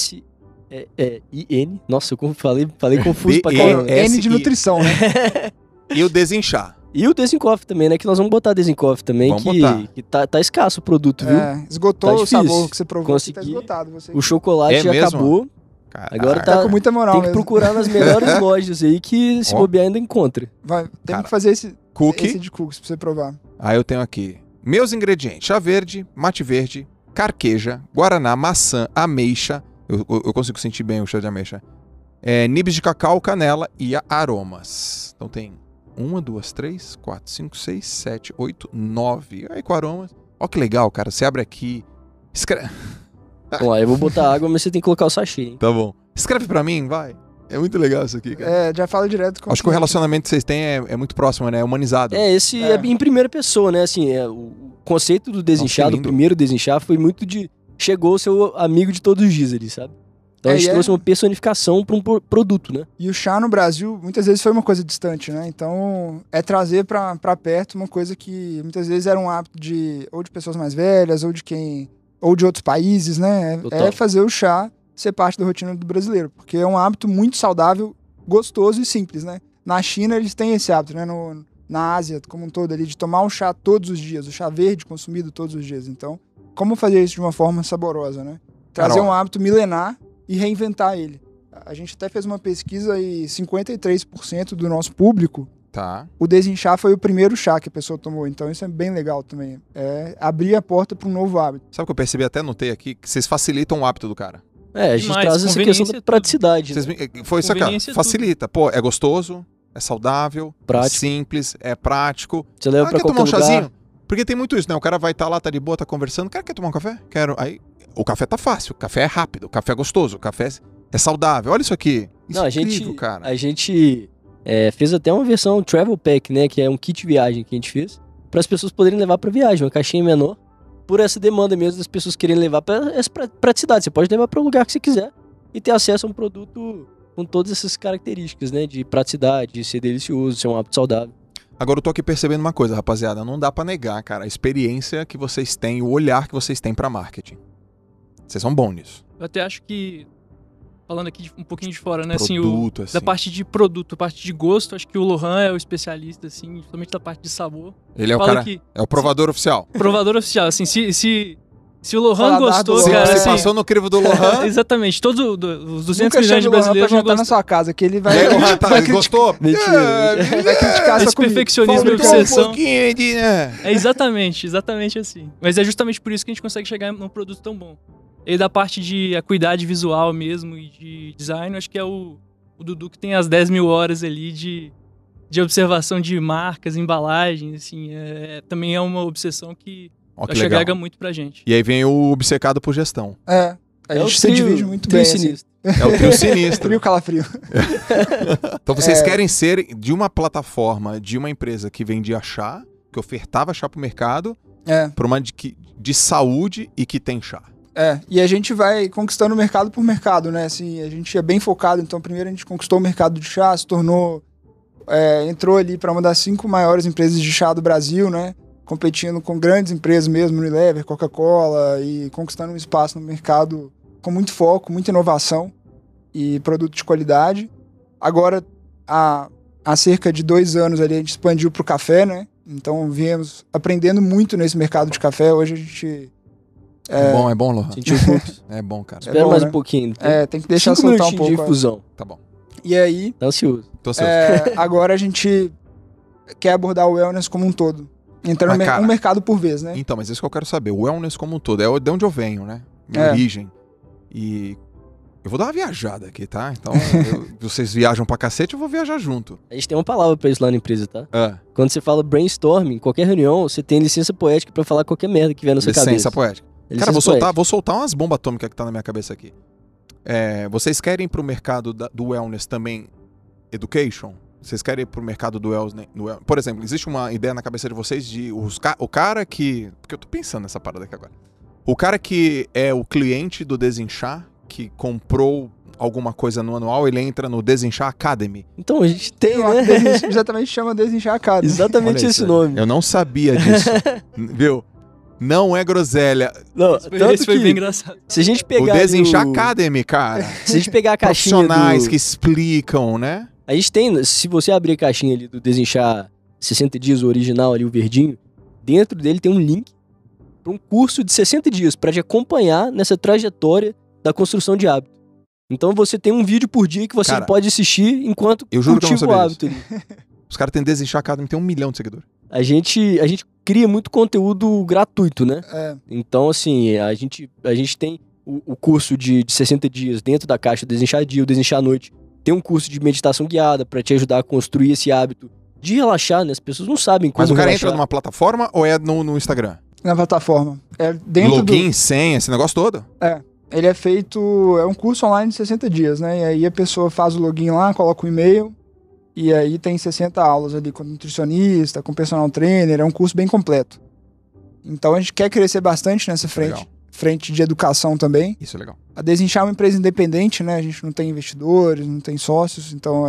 D-E-S-I-N. Nossa, eu falei confuso pra D-E- caramba. É, N de S-I. nutrição, né? E o Desinchar. E o Desincoff também, né? Que nós vamos botar Desincoff também, Vamos botar. que tá escasso o produto, viu? Esgotou Tá o difícil. sabor que você provou. Aqui, tá Consegui. esgotado. Você O chocolate É já mesmo? acabou. Caraca. Agora tá com muita moral Tem que mesmo. procurar nas melhores lojas aí que se Ó. bobear ainda encontra. Tem Cara, que fazer esse Cookie. de cookies pra você provar. Aí eu tenho aqui. Meus ingredientes: chá verde, mate verde, carqueja, guaraná, maçã, ameixa. Eu consigo sentir bem o chá de ameixa. Nibs de cacau, canela e aromas. Então tem 1, 2, 3, 4, 5, 6, 7, 8, 9. Aí com aromas. Ó que legal, cara. Você abre aqui. Escreve. Vamos lá, eu vou botar água, mas você tem que colocar o sachê, hein? Tá bom. Escreve pra mim, vai. É muito legal isso aqui, cara. Já fala direto com Acho que o relacionamento que vocês têm é muito próximo, né? É humanizado. Esse é em primeira pessoa, né? Assim, o conceito do Desinchar, Nossa, que do lindo. primeiro Desinchar, foi muito de... Chegou o seu amigo de todos os dias ali, sabe? Então a gente trouxe uma personificação pra um produto, né? E o chá no Brasil, muitas vezes foi uma coisa distante, né? Então, é trazer pra perto uma coisa que muitas vezes era um hábito ou de pessoas mais velhas, ou de outros países, né? Total. É fazer o chá ser parte da rotina do brasileiro, porque é um hábito muito saudável, gostoso e simples, né? Na China eles têm esse hábito, né? Na Ásia como um todo ali, de tomar um chá todos os dias, o chá verde consumido todos os dias. Então, como fazer isso de uma forma saborosa, né? Trazer Carol. um hábito milenar e reinventar ele. A gente até fez uma pesquisa e 53% do nosso público, Tá. o Desinchar foi o primeiro chá que a pessoa tomou. Então isso é bem legal também. É abrir a porta para um novo hábito. Sabe o que eu percebi? Até notei aqui que vocês facilitam o hábito do cara. A gente Demais, traz essa conveniência questão da é tudo. praticidade, né? Foi isso, cara. Conveniência é Facilita. Pô, é gostoso, é saudável, é Prático. simples, é prático. Você leva pra quer tomar qualquer um lugar. chazinho? Porque tem muito isso, né? O cara vai estar lá, tá de boa, tá conversando. Cara, quer tomar um café? Quero. Aí, o café tá fácil, o café é rápido, o café é gostoso, o café é saudável. Olha isso aqui. Isso Não, é incrível, cara. A gente fez até uma versão Travel Pack, né? Que é um kit viagem que a gente fez, para as pessoas poderem levar para viagem, uma caixinha menor, por essa demanda mesmo das pessoas querem levar para essa praticidade. Você pode levar para o lugar que você quiser e ter acesso a um produto com todas essas características, né? De praticidade, de ser delicioso, ser um hábito saudável. Agora eu tô aqui percebendo uma coisa, rapaziada. Não dá pra negar, cara, a experiência que vocês têm, o olhar que vocês têm pra marketing. Vocês são bons nisso. Eu até acho que, falando aqui um pouquinho de fora, né? Assim, Produto, assim. da parte de produto, a parte de gosto, acho que o Lohan é o especialista, assim, principalmente da parte de sabor. Ele é o Fala cara, que- é o provador oficial. Provador oficial, assim, se o Lohan Paladar do gostou, Lohan. Se cara, você assim, passou no crivo do Lohan, exatamente, todos os 200 Nunca milhões chame de o Lohan pra brasileiros vão jantar na gostar. sua casa, que ele e vai, aí, Lohan, tá, vai, ele gostou? Mentira, vai criticar a sua Esse comida. perfeccionismo e Faltou um obsessão. pouquinho de... É exatamente assim. Mas é justamente por isso que a gente consegue chegar num produto tão bom. E da parte de acuidade visual mesmo e de design, eu acho que é o Dudu que tem as 10 mil horas ali de observação de marcas, embalagens, assim. Também é uma obsessão que Ó, que acho que legal. agrega muito pra gente. E aí vem o obcecado por gestão. A gente se divide muito trio bem. Assim. sinistro. É o trio sinistro. Trio calafrio. Então vocês querem ser de uma plataforma, de uma empresa que vendia chá, que ofertava chá pro mercado, para uma de saúde e que tem chá. E a gente vai conquistando mercado por mercado, né? Assim, a gente é bem focado. Então, primeiro a gente conquistou o mercado de chá, se tornou... entrou ali para uma das 5 maiores empresas de chá do Brasil, né? Competindo com grandes empresas mesmo, Unilever, Coca-Cola, e conquistando um espaço no mercado com muito foco, muita inovação e produto de qualidade. Agora, a há cerca de 2 anos ali, a gente expandiu para o café, né? Então, viemos aprendendo muito nesse mercado de café. Hoje a gente... É bom, Lohan. Sentiu um pouco. É bom, cara. Espera bom, mais né? um pouquinho. tem que deixar 5 soltar um minutinhos pouco. de infusão. Tá bom. E aí, Tá ansioso. Tô ansioso. agora a gente quer abordar o wellness como um todo. Entrando Mas, cara, um mercado por vez, né? Então, mas isso que eu quero saber. O wellness como um todo. É de onde eu venho, né? Minha É. origem. E eu vou dar uma viajada aqui, tá? Então, vocês viajam pra cacete, eu vou viajar junto. A gente tem uma palavra pra isso lá na empresa, tá? Ah, Quando você fala brainstorming, em qualquer reunião, você tem licença poética pra falar qualquer merda que vier na sua licença cabeça. poética. Licença Cara, poética. vou soltar umas bombas atômicas que tá na minha cabeça aqui. Vocês querem ir pro mercado do wellness também education? Vocês querem ir pro mercado do wellness? Por exemplo, existe uma ideia na cabeça de vocês de o cara que... Porque eu tô pensando nessa parada aqui agora. O cara que é o cliente do Desinchar, que comprou alguma coisa no anual, ele entra no Desinchar Academy. Então, a gente tem, Tem né? exatamente chama Desinchar Academy. Exatamente Olha esse isso, nome. Eu não sabia disso. Viu? Não é groselha. Não, Esse tanto foi que bem engraçado. se a gente O pegar Desinchar ali Academy, cara. se a gente pegar a caixinha Profissionais do... que explicam, né? A gente tem, se você abrir a caixinha ali do Desinchar 60 dias, o original ali, o verdinho, dentro dele tem um link para um curso de 60 dias para te acompanhar nessa trajetória da construção de hábito. Então você tem um vídeo por dia que você Cara, pode assistir enquanto eu juro que eu não cultiva o sabia hábito ali. Os caras têm Desinchar Academy, tem 1 milhão de seguidores. A gente cria muito conteúdo gratuito, né? Então, assim, a gente tem o curso de 60 dias dentro da caixa do Desinchar Dia, o Desinchar Noite. Tem um curso de meditação guiada para te ajudar a construir esse hábito de relaxar, né? As pessoas não sabem como Mas o cara relaxar. entra numa plataforma ou é no Instagram? Na plataforma. Dentro Login, senha, esse negócio todo? Ele é feito... É um curso online de 60 dias, né? E aí a pessoa faz o login lá, coloca o e-mail. E aí tem 60 aulas ali com nutricionista, com personal trainer. É um curso bem completo. Então a gente quer crescer bastante nessa Legal. frente de educação também. Isso é legal. A Desinchar é uma empresa independente, né? A gente não tem investidores, não tem sócios, então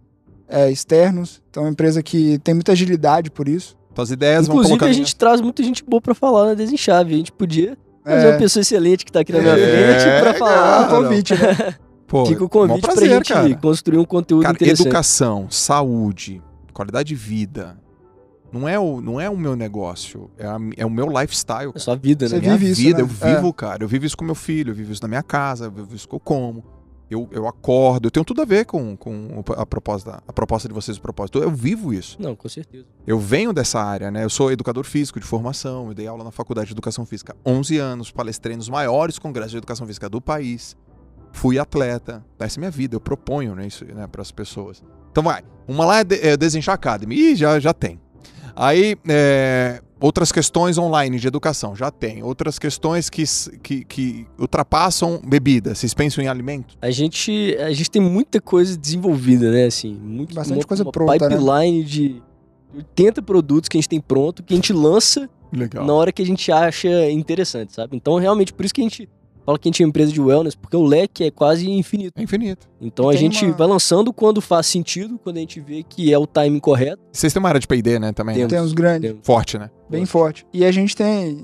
é externos. Então é uma empresa que tem muita agilidade por isso. Então as ideias vão Inclusive, colocando... a gente traz muita gente boa pra falar na Desinchave. A gente podia trazer uma pessoa excelente que tá aqui na minha frente pra falar. um convite, né? Pô, Fica o mó convite prazer, pra gente cara. construir um conteúdo Cara, interessante. educação, saúde, qualidade de vida. Não é o meu negócio, é o meu lifestyle. É sua vida, né? Você Minha vive isso, vida, né? eu vivo, cara. Eu vivo isso com meu filho, eu vivo isso na minha casa, eu vivo isso que eu como. Eu acordo, eu tenho tudo a ver com a proposta de vocês, o propósito. Eu vivo isso. Não, com certeza. Eu venho dessa área, né? Eu sou educador físico de formação, eu dei aula na faculdade de educação física há 11 anos, palestrei nos maiores congressos de educação física do país. Fui atleta, essa é minha vida, eu proponho, né, isso, né, para as pessoas. Então vai, uma lá é Desinchar Academy, ih, já tem. Aí, outras questões online de educação, já tem. Outras questões que ultrapassam bebida, vocês pensam em alimento? A gente tem muita coisa desenvolvida, né? Assim, Bastante coisa uma pronta, né? pipeline de 80 produtos que a gente tem pronto, que a gente lança Legal. na hora que a gente acha interessante, sabe? Então, realmente, por isso que a gente fala que a gente é uma empresa de wellness, porque o leque é quase infinito. É infinito. Então, E a tem gente uma- vai lançando quando faz sentido, quando a gente vê que é o timing correto. Vocês têm uma área de P&D, né, também? Temos. Né? Tem uns grandes, Temos. Forte, né? bem forte. E a gente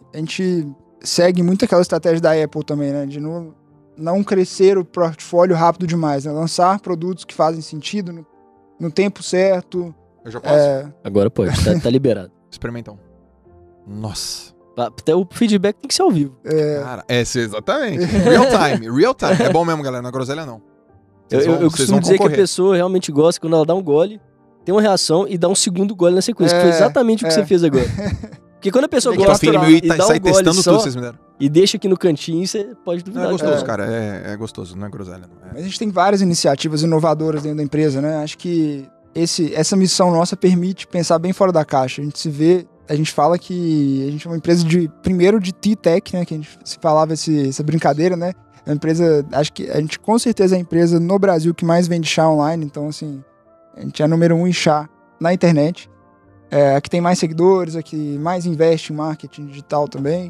segue muito aquela estratégia da Apple também, né? De não crescer o portfólio rápido demais, né? Lançar produtos que fazem sentido no tempo certo. Eu já posso? Agora pode, tá liberado. Experimentam. Nossa. Até o feedback tem que ser ao vivo. Cara, exatamente. Real time. É bom mesmo, galera, não é groselha não. Eu Vocês costumo vão dizer que a concorrer. pessoa realmente gosta quando ela dá um gole, tem uma reação e dá um segundo gole na sequência, que foi exatamente o que você fez agora. Porque quando a pessoa Tem que gosta Aquele natural. meu e dá sai um gole testando só tudo, vocês me deram. e deixa aqui no cantinho, você pode Não duvidar. é gostoso, de nada. cara. É gostoso, não é groselha não. Mas a gente tem várias iniciativas inovadoras dentro da empresa, né? Acho que essa missão nossa permite pensar bem fora da caixa. A gente fala que a gente é uma empresa de T-Tech, né? Que a gente se falava essa brincadeira, né? É uma empresa, acho que a gente com certeza é a empresa no Brasil que mais vende chá online. Então, assim, a gente é a número 1 em chá na internet. A que tem mais seguidores, a que mais investe em marketing digital também.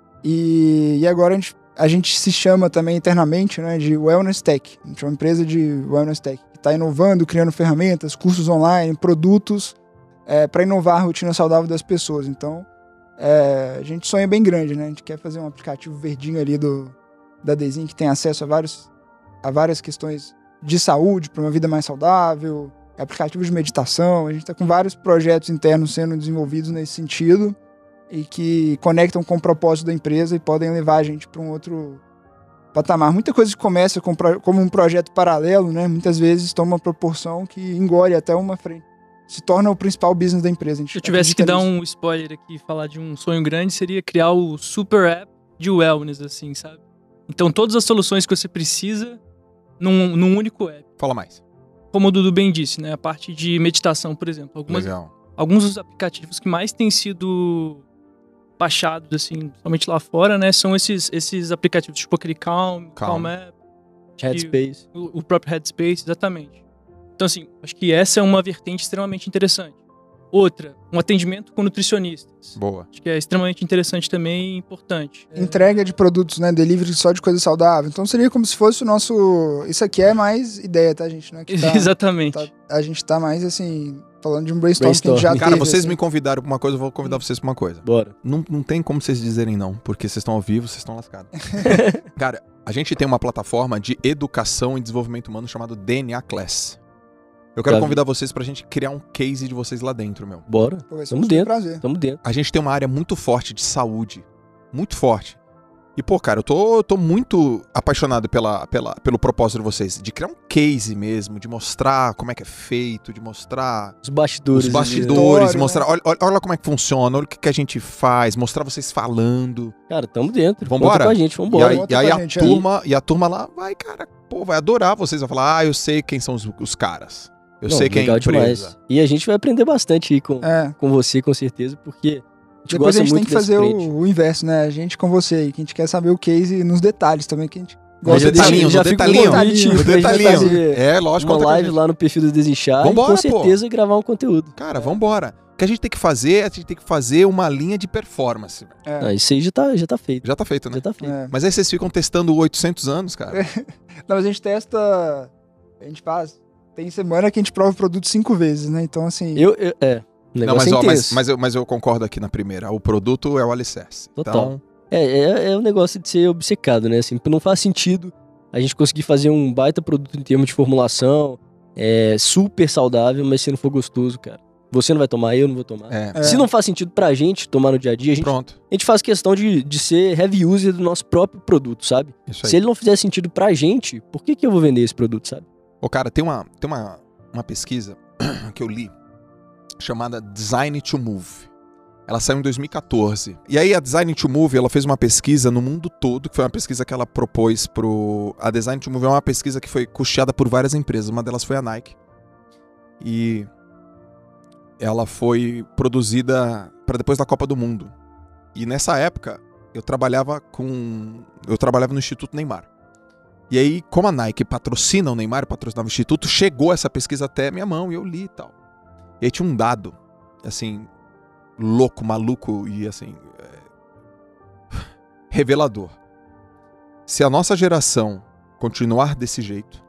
E agora a gente se chama também internamente, né, de Wellness Tech. A gente é uma empresa de Wellness Tech que está inovando, criando ferramentas, cursos online, produtos para inovar a rotina saudável das pessoas. Então, a gente sonha bem grande, né? A gente quer fazer um aplicativo verdinho ali da Desin que tem acesso a várias questões de saúde, para uma vida mais saudável, aplicativos de meditação. A gente tá com vários projetos internos sendo desenvolvidos nesse sentido e que conectam com o propósito da empresa e podem levar a gente para um outro patamar. Muita coisa que começa como um projeto paralelo, né? Muitas vezes toma uma proporção que engole até uma frente. Se torna o principal business da empresa. Se eu tivesse que dar um spoiler aqui e falar de um sonho grande, seria criar o super app de wellness, assim, sabe? Então, todas as soluções que você precisa num único app. Fala mais. Como o Dudu bem disse, né? A parte de meditação, por exemplo. Legal. Alguns dos aplicativos que mais têm sido baixados, assim, somente lá fora, né? São esses aplicativos, tipo aquele Calm App. Headspace. O próprio Headspace, exatamente. Então, assim, acho que essa é uma vertente extremamente interessante. Outra, um atendimento com nutricionistas. Boa. Acho que é extremamente interessante também e importante. Entrega de produtos, né? Delivery só de coisa saudável. Então seria como se fosse o nosso... Isso aqui é mais ideia, tá, gente? Não é que tá, Exatamente. a gente tá mais, assim, falando de um brainstorm que a gente já Cara, teve, vocês assim. me convidaram pra uma coisa, eu vou convidar vocês pra uma coisa. Bora. Não tem como vocês dizerem não, porque vocês estão ao vivo, vocês estão lascados. Cara, a gente tem uma plataforma de educação e desenvolvimento humano chamado DNA Class. Eu quero convidar vocês pra gente criar um case de vocês lá dentro, meu. Bora. Pô, vai ser Tamo um dentro. prazer. Tamo dentro. A gente tem uma área muito forte de saúde. Muito forte. E, pô, cara, eu tô muito apaixonado pelo propósito de vocês. De criar um case mesmo, de mostrar como é que é feito, de mostrar Os bastidores. os bastidores, História, mostrar, olha como é que funciona, olha o que a gente faz, mostrar vocês falando. Cara, tamo dentro. Vambora? Conta com a gente, vambora. E aí Conta com a gente, a turma lá vai, cara, pô, vai adorar vocês. Vai falar, eu sei quem são os caras. Eu sei quem é a legal empresa. demais. E a gente vai aprender bastante aí com você, com certeza, porque a gente Depois gosta a gente muito tem que fazer dessa frente. o inverso, né? A gente com você aí, que a gente quer saber o case nos detalhes também, que a gente No gosta de detalhinho, já no fica detalhinho. um convite No pra gente detalhinho. fazer É, lógico. uma conta com a live gente. lá no perfil do Desinchar Vambora, e com certeza gravar um conteúdo. Cara, vambora. O que a gente tem que fazer uma linha de performance. É. Isso aí já tá feito. Já tá feito, né? Já tá feito. É. Mas aí vocês ficam testando 800 anos, cara. Não, mas a gente testa. A gente faz. Tem semana que a gente prova o produto 5 vezes, né? Então, assim. O Não, negócio é intenso. mas eu concordo aqui na primeira. O produto é o alicerce. Total. Então, É um negócio de ser obcecado, né? Assim, não faz sentido a gente conseguir fazer um baita produto em termos de formulação, super saudável, mas se não for gostoso, cara. Você não vai tomar, eu não vou tomar. Se não faz sentido pra gente tomar no dia a dia, pronto. a gente faz questão de ser heavy user do nosso próprio produto, sabe? Isso aí. Se ele não fizer sentido pra gente, por que eu vou vender esse produto, sabe? Ô, cara, tem uma pesquisa que eu li chamada Design to Move. Ela saiu em 2014. E aí a Design to Move, ela fez uma pesquisa no mundo todo, que foi uma pesquisa que ela propôs pro... A Design to Move é uma pesquisa que foi custeada por várias empresas. Uma delas foi a Nike. E ela foi produzida para depois da Copa do Mundo. E nessa época, eu trabalhava no Instituto Neymar. E aí, como a Nike patrocina o Neymar, patrocinava o Instituto, chegou essa pesquisa até minha mão e eu li e tal. E aí tinha um dado, assim, louco, maluco e, assim, revelador. Se a nossa geração continuar desse jeito,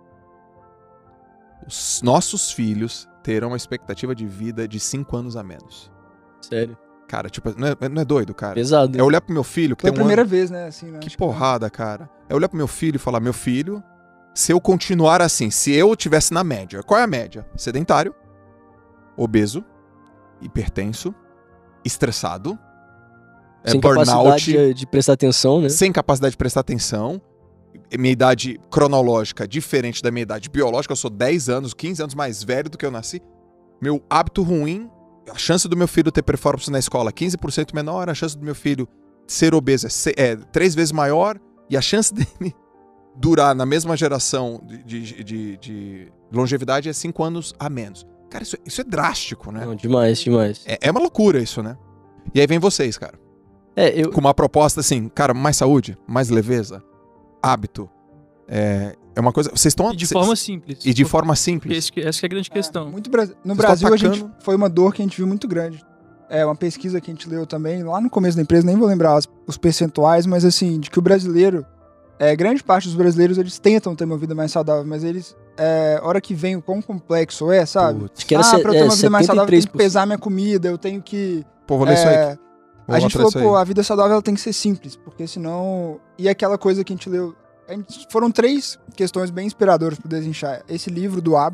os nossos filhos terão uma expectativa de vida de 5 anos a menos. Sério. Cara, tipo, não é doido, cara? Pesado. É olhar pro meu filho, que Foi tem a primeira ano... vez, né? Assim, né? Que Acho porrada, cara. É olhar pro meu filho e falar, meu filho, se eu continuar assim, se eu tivesse na média, qual é a média? Sedentário, obeso, hipertenso, estressado, Sem burnout, capacidade de prestar atenção, né? sem capacidade de prestar atenção, minha idade cronológica diferente da minha idade biológica, eu sou 10 anos, 15 anos mais velho do que eu nasci, meu hábito ruim, a chance do meu filho ter performance na escola é 15% menor, a chance do meu filho ser obeso é 3 vezes maior, e a chance dele durar na mesma geração de longevidade é 5 anos a menos. Cara, isso é drástico, né? Não, demais. É uma loucura isso, né? E aí vem vocês, cara. Eu... Com uma proposta assim, cara, mais saúde, mais leveza, hábito. É uma coisa... Vocês estão... E de forma simples. E de forma simples. Porque essa que é a grande questão. No Brasil, a gente foi uma dor que a gente viu muito grande. É uma pesquisa que a gente leu também, lá no começo da empresa, nem vou lembrar os percentuais, mas assim, de que o brasileiro, grande parte dos brasileiros, eles tentam ter uma vida mais saudável, mas eles, hora que vem o quão complexo sabe? Acho que era pra eu ter uma vida mais saudável, eu tenho que 73%. pesar minha comida, eu tenho que... Pô, vou ler isso aí. A gente falou, a vida saudável ela tem que ser simples, porque senão... E aquela coisa que a gente leu... Foram 3 questões bem inspiradoras pro Desinchar. Esse livro do hábito,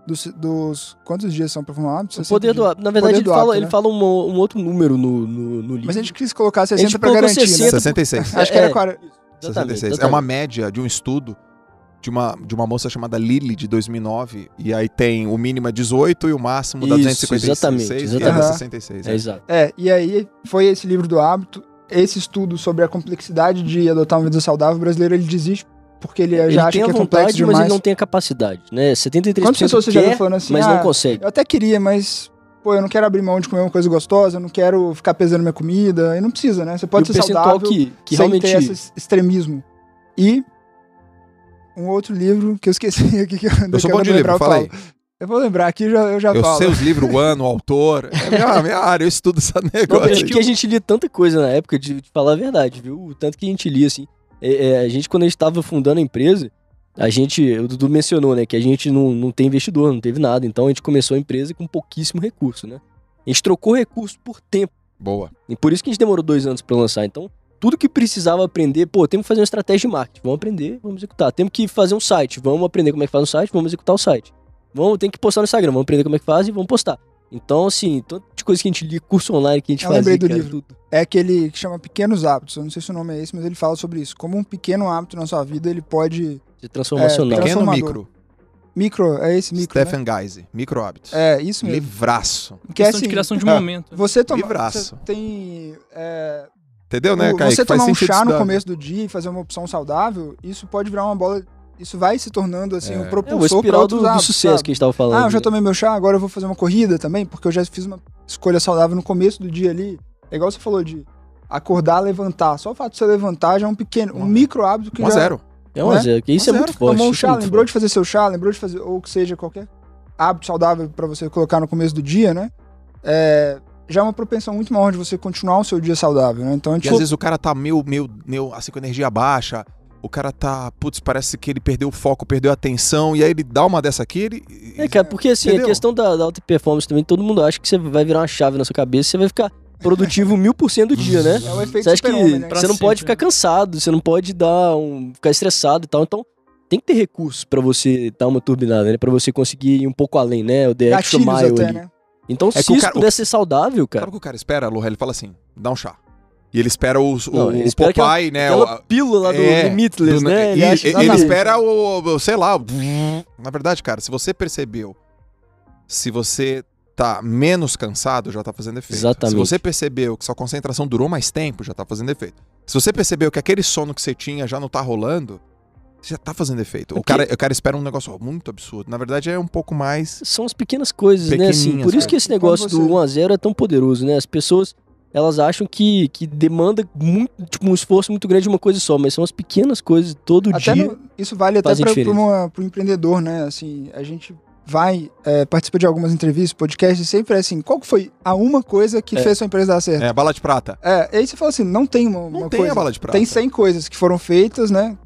dos quantos dias são pra formar um hábito? O poder do hábito. Na verdade, Poder do hábito, ele né? fala um outro número no livro. Mas a gente quis colocar gente 60 pra colocou garantir, 60. né? 66. Acho que era 40. Exatamente, 66. É uma média de um estudo de uma moça chamada Lily, de 2009, e aí tem o mínimo é 18 e o máximo dá Isso, 256, e ela é exatamente. 66. É exato. E aí foi esse livro do hábito, esse estudo sobre a complexidade de adotar uma vida saudável. O brasileiro, ele desiste porque ele já acha tem que a é vontade, complexo demais. mas ele não tem a capacidade, né? 73% Quantas pessoas você já quer, viu falando assim, mas não consegue. eu até queria, mas pô, eu não quero abrir mão de comer uma coisa gostosa, eu não quero ficar pesando minha comida, e não precisa, né? Você pode E o ser percentual saudável que sem realmente... ter esse extremismo. E um outro livro que eu esqueci aqui, que Eu sou bom de livro, fala aí. Eu vou lembrar aqui, eu já Eu falo. sei os livros, o ano, o autor. É minha área, eu estudo esse Não, negócio. é que a gente lia tanta coisa na época, de falar a verdade, viu? O tanto que a gente lia, assim. A gente, quando a gente tava fundando a empresa, o Dudu mencionou, né, que a gente não tem investidor, não teve nada. Então a gente começou a empresa com pouquíssimo recurso, né? A gente trocou recurso por tempo. Boa. E por isso que a gente demorou 2 anos pra lançar. Então, tudo que precisava aprender, temos que fazer uma estratégia de marketing. Vamos aprender, vamos executar. Temos que fazer um site, vamos aprender como é que faz um site, vamos executar o site. Tem que postar no Instagram, vamos aprender como é que faz e vamos postar. Então, assim, tanta de coisa que a gente lia, curso online que a gente Eu fazia. lembrei do cara, livro. tudo. É aquele que chama Pequenos Hábitos. Eu não sei se o nome é esse, mas ele fala sobre isso. Como um pequeno hábito na sua vida, ele pode... De transformacional. Pequeno- Pequeno transformador. micro. É esse micro, né? Stephen Geise, micro hábitos. É, isso mesmo. Livraço. Que é Questão assim, de criação de momento. você Livraço. tem... Entendeu, né, Kaique? Você Faz tomar um sentido chá no estudar. começo do dia e fazer uma opção saudável, isso pode virar uma bola... Isso vai se tornando, assim, um O propulsor para espiral outros do hábitos, sucesso sabe? que a gente tava falando. Eu já né? tomei meu chá, agora eu vou fazer uma corrida também, porque eu já fiz uma escolha saudável no começo do dia ali. É igual você falou de acordar, levantar. Só o fato de você levantar já é um micro hábito que 1 a já... 0. É um a zero, que isso é 1 a muito 0. forte. Tomou um isso é chá, muito lembrou forte. de fazer seu chá, lembrou de fazer, ou que seja, qualquer hábito saudável pra você colocar no começo do dia, né? Já é uma propensão muito maior de você continuar o seu dia saudável, né? Então, a E gente... às vezes o cara tá meio, assim, com energia baixa, o cara tá, parece que ele perdeu o foco, perdeu a atenção, e aí ele dá uma dessa aqui, Cara, porque assim, Entendeu? a questão da alta performance também, todo mundo acha que você vai virar uma chave na sua cabeça e você vai ficar produtivo 1000% do dia, né? É o efeito Você acha que super-homem, né? você não Pra pode sempre. ficar cansado, você não pode ficar estressado e tal. Então, tem que ter recursos pra você dar uma turbinada, né? Pra você conseguir ir um pouco além, né? O The Extra Gatilhos Mile até, ali. né? Então, É se que o isso cara- puder ser saudável, cara, Sabe o que o cara espera, Lohan? Ele fala assim, dá um chá. E ele espera Não, ele o espera Popeye, né? aquela pílula lá do Limitless, né? Ele, acha que- ele espera sei lá, na verdade, cara, se você percebeu, se você tá menos cansado, já tá fazendo efeito. Exatamente. Se você percebeu que sua concentração durou mais tempo, já tá fazendo efeito. Se você percebeu que aquele sono que você tinha já não tá rolando, já tá fazendo efeito. O cara espera um negócio muito absurdo. Na verdade, é um pouco mais... São as pequenas coisas, né? Assim, Pequenininhas por isso que coisas. esse negócio Quando do você- 1 a 0 é tão poderoso, né? As pessoas, elas acham que demanda muito, tipo, um esforço muito grande de uma coisa só, mas são as pequenas coisas todo Até dia. isso vale até fazem para diferença. o empreendedor, né? Assim, a gente participa de algumas entrevistas, podcasts, e sempre é assim, qual que foi a uma coisa que fez sua empresa dar certo? É, bala de prata. E aí você fala assim, não tem uma Não tem coisa. a bala de prata. Tem 100 coisas que foram feitas, né?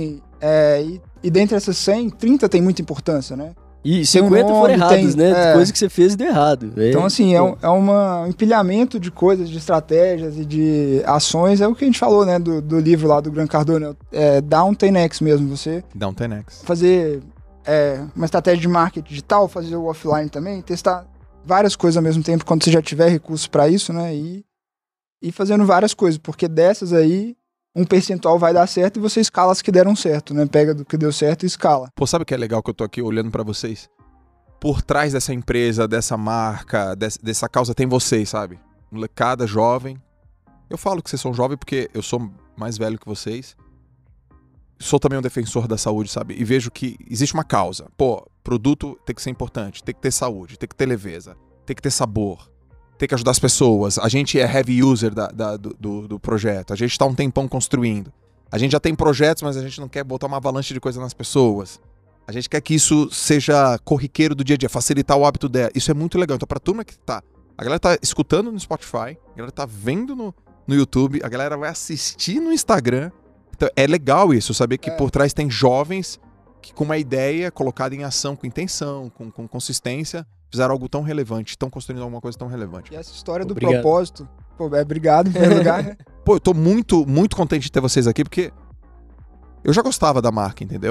E dentre essas 100, 30 tem muita importância, né? E Tem 50 um foram nome, errados, tem- né? Coisa que você fez e deu errado. Então, assim, é um empilhamento de coisas, de estratégias e de ações. É o que a gente falou, né? Do livro lá do Grant Cardone. Down 10x mesmo. Você Dá um 10x. fazer uma estratégia de marketing digital, fazer o offline também, testar várias coisas ao mesmo tempo quando você já tiver recursos para isso, né? E fazendo várias coisas, porque dessas aí, um percentual vai dar certo e você escala as que deram certo, né? Pega do que deu certo e escala. Pô, sabe o que é legal que eu tô aqui olhando pra vocês? Por trás dessa empresa, dessa marca, dessa causa, tem vocês, sabe? Molecada jovem. Eu falo que vocês são jovens porque eu sou mais velho que vocês. Sou também um defensor da saúde, sabe? E vejo que existe uma causa. Pô, produto tem que ser importante, tem que ter saúde, tem que ter leveza, tem que ter sabor, tem que ajudar as pessoas. A gente é heavy user do projeto. A gente tá um tempão construindo. A gente já tem projetos, mas a gente não quer botar uma avalanche de coisa nas pessoas. A gente quer que isso seja corriqueiro do dia a dia, facilitar o hábito dela. Isso é muito legal. Então, pra turma que tá... A galera tá escutando no Spotify, a galera tá vendo no YouTube, a galera vai assistir no Instagram. Então, é legal isso, saber que por trás tem jovens que com uma ideia colocada em ação, com intenção, com consistência, fizeram algo tão relevante, estão construindo alguma coisa tão relevante. E essa história do Obrigado. propósito... Pô, obrigado em primeiro lugar, né? Pô, eu tô muito, muito contente de ter vocês aqui, porque eu já gostava da marca, entendeu?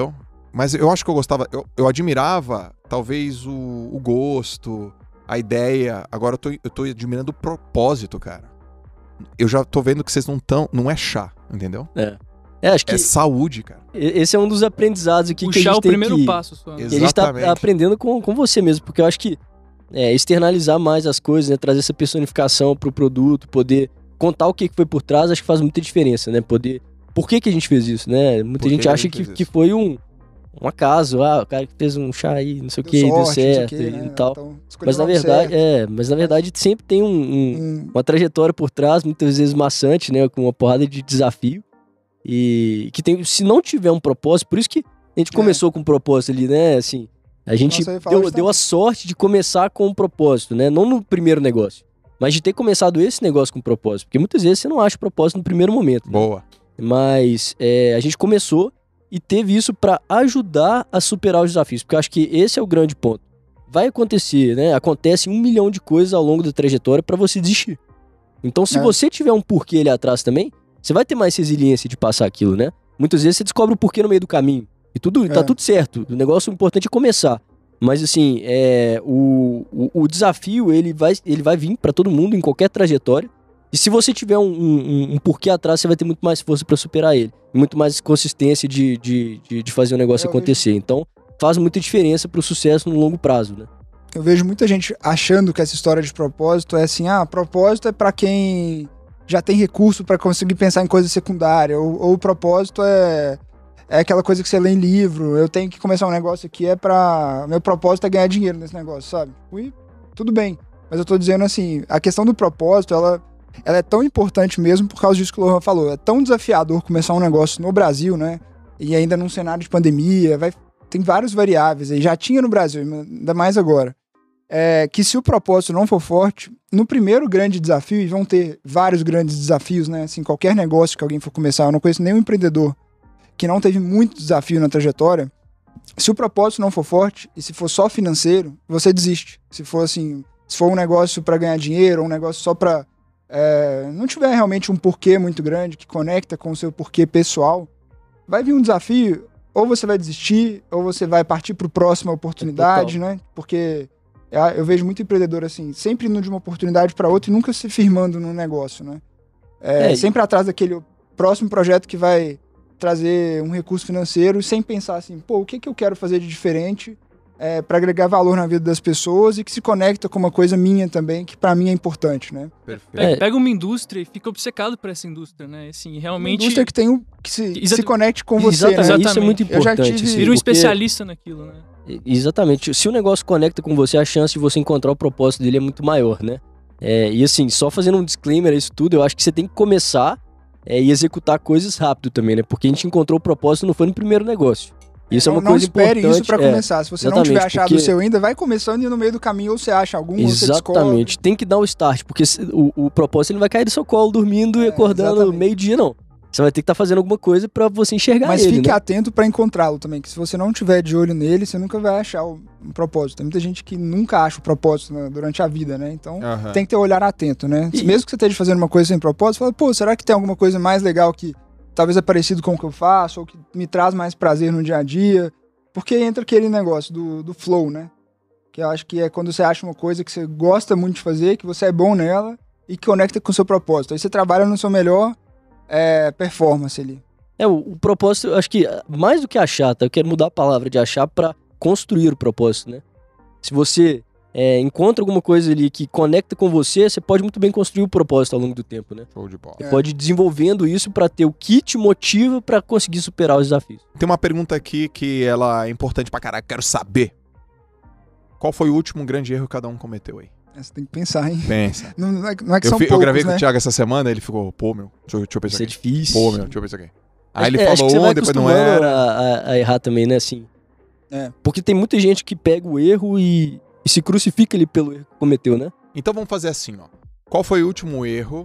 Mas eu acho que eu gostava, eu admirava talvez o gosto, a ideia. Agora eu tô admirando o propósito, cara. Eu já tô vendo que vocês não é chá, entendeu? Acho que É saúde, cara. esse é um dos aprendizados aqui que a Puxar gente o tem primeiro que... passo só. que a gente tá Exatamente. aprendendo com você mesmo, porque eu acho que externalizar mais as coisas, né, trazer essa personificação pro produto, poder contar o que foi por trás, acho que faz muita diferença, né? Por que a gente fez isso, né? Muita gente acha que foi um acaso, o cara que fez um chá aí, não sei o que, deu certo e tal. Então, Mas na verdade sempre tem uma trajetória por trás, muitas vezes maçante, né? Com uma porrada de desafio. E que tem, se não tiver um propósito, por isso que a gente começou com um propósito ali, né? Assim, a gente deu a sorte de começar com um propósito, né? Não no primeiro negócio, mas de ter começado esse negócio com um propósito. Porque muitas vezes você não acha propósito no primeiro momento. Né? Boa. Mas a gente começou e teve isso para ajudar a superar os desafios. Porque eu acho que esse é o grande ponto. Vai acontecer, né? Acontece 1 milhão de coisas ao longo da trajetória para você desistir. Então, se você tiver um porquê ali atrás também, você vai ter mais resiliência de passar aquilo, né? Muitas vezes você descobre o porquê no meio do caminho. E tá tudo certo. O negócio importante é começar. Mas, assim, o desafio, ele vai vir para todo mundo em qualquer trajetória. E se você tiver um porquê atrás, você vai ter muito mais força para superar ele. Muito mais consistência de fazer o negócio acontecer. Então, faz muita diferença pro sucesso no longo prazo, né? Eu vejo muita gente achando que essa história de propósito é assim, propósito é para quem já tem recurso para conseguir pensar em coisa secundária, ou o propósito é aquela coisa que você lê em livro, eu tenho que começar um negócio aqui, meu propósito é ganhar dinheiro nesse negócio, sabe? E tudo bem, mas eu tô dizendo assim, a questão do propósito, ela é tão importante mesmo por causa disso que o Lohan falou, é tão desafiador começar um negócio no Brasil, né? E ainda num cenário de pandemia, tem várias variáveis aí, já tinha no Brasil, ainda mais agora. Que se o propósito não for forte, no primeiro grande desafio, e vão ter vários grandes desafios, né? Assim, qualquer negócio que alguém for começar, eu não conheço nenhum empreendedor que não teve muito desafio na trajetória. Se o propósito não for forte, e se for só financeiro, você desiste. Se for um negócio para ganhar dinheiro, ou um negócio só para não tiver realmente um porquê muito grande, que conecta com o seu porquê pessoal, vai vir um desafio, ou você vai desistir, ou você vai partir para a próxima oportunidade, né? Porque eu vejo muito empreendedor assim, sempre indo de uma oportunidade para outra e nunca se firmando no negócio, né? Sempre atrás daquele próximo projeto que vai trazer um recurso financeiro sem pensar assim, o que eu quero fazer de diferente para agregar valor na vida das pessoas e que se conecta com uma coisa minha também, que para mim é importante, né? Perfeito. Pega uma indústria e fica obcecado por essa indústria, né? Assim, realmente... Uma indústria que se conecte com você, Exatamente. né? Isso é muito importante. Vira um especialista naquilo, né? Exatamente. Se o negócio conecta com você, a chance de você encontrar o propósito dele é muito maior, né? E assim, só fazendo um disclaimer a isso tudo, eu acho que você tem que começar e executar coisas rápido também, né? Porque a gente encontrou o propósito não foi no primeiro negócio. Isso é uma coisa importante. Não espere isso pra começar. Se você não tiver achado o seu ainda, vai começando e no meio do caminho ou você acha algum, ou você descobre. Exatamente. Tem que dar o start, porque o propósito ele não vai cair do seu colo dormindo e acordando meio-dia, não. Você vai ter que estar fazendo alguma coisa pra você enxergar ele. Mas fique né? atento pra encontrá-lo também, que se você não tiver de olho nele, você nunca vai achar o propósito. Tem muita gente que nunca acha o propósito durante a vida, né? Então tem que ter um olhar atento, né? Mesmo que você esteja fazendo uma coisa sem propósito, você fala, será que tem alguma coisa mais legal que talvez é parecido com o que eu faço, ou que me traz mais prazer no dia a dia? Porque entra aquele negócio do flow, né? Que eu acho que é quando você acha uma coisa que você gosta muito de fazer, que você é bom nela e que conecta com o seu propósito. Aí você trabalha no seu melhor performance ali. O propósito, eu acho que mais do que achar, tá? Eu quero mudar a palavra de achar pra construir o propósito, né? Se você encontra alguma coisa ali que conecta com você, você pode muito bem construir o propósito ao longo do tempo, né? Show de bola. Você pode ir desenvolvendo isso pra ter o que te motiva pra conseguir superar os desafios. Tem uma pergunta aqui que ela é importante pra caralho, quero saber. Qual foi o último grande erro que cada um cometeu aí? Você tem que pensar, hein? Pensa. Não é que são poucos, eu gravei né? com o Thiago essa semana, ele ficou, deixa eu pensar Isso é aqui. difícil. Deixa eu pensar aqui. Aí ele acho que você falou vai depois não acostumando era. a errar também, né, assim. Porque tem muita gente que pega o erro e se crucifica ali pelo erro que cometeu, né? Então vamos fazer assim, ó. Qual foi o último erro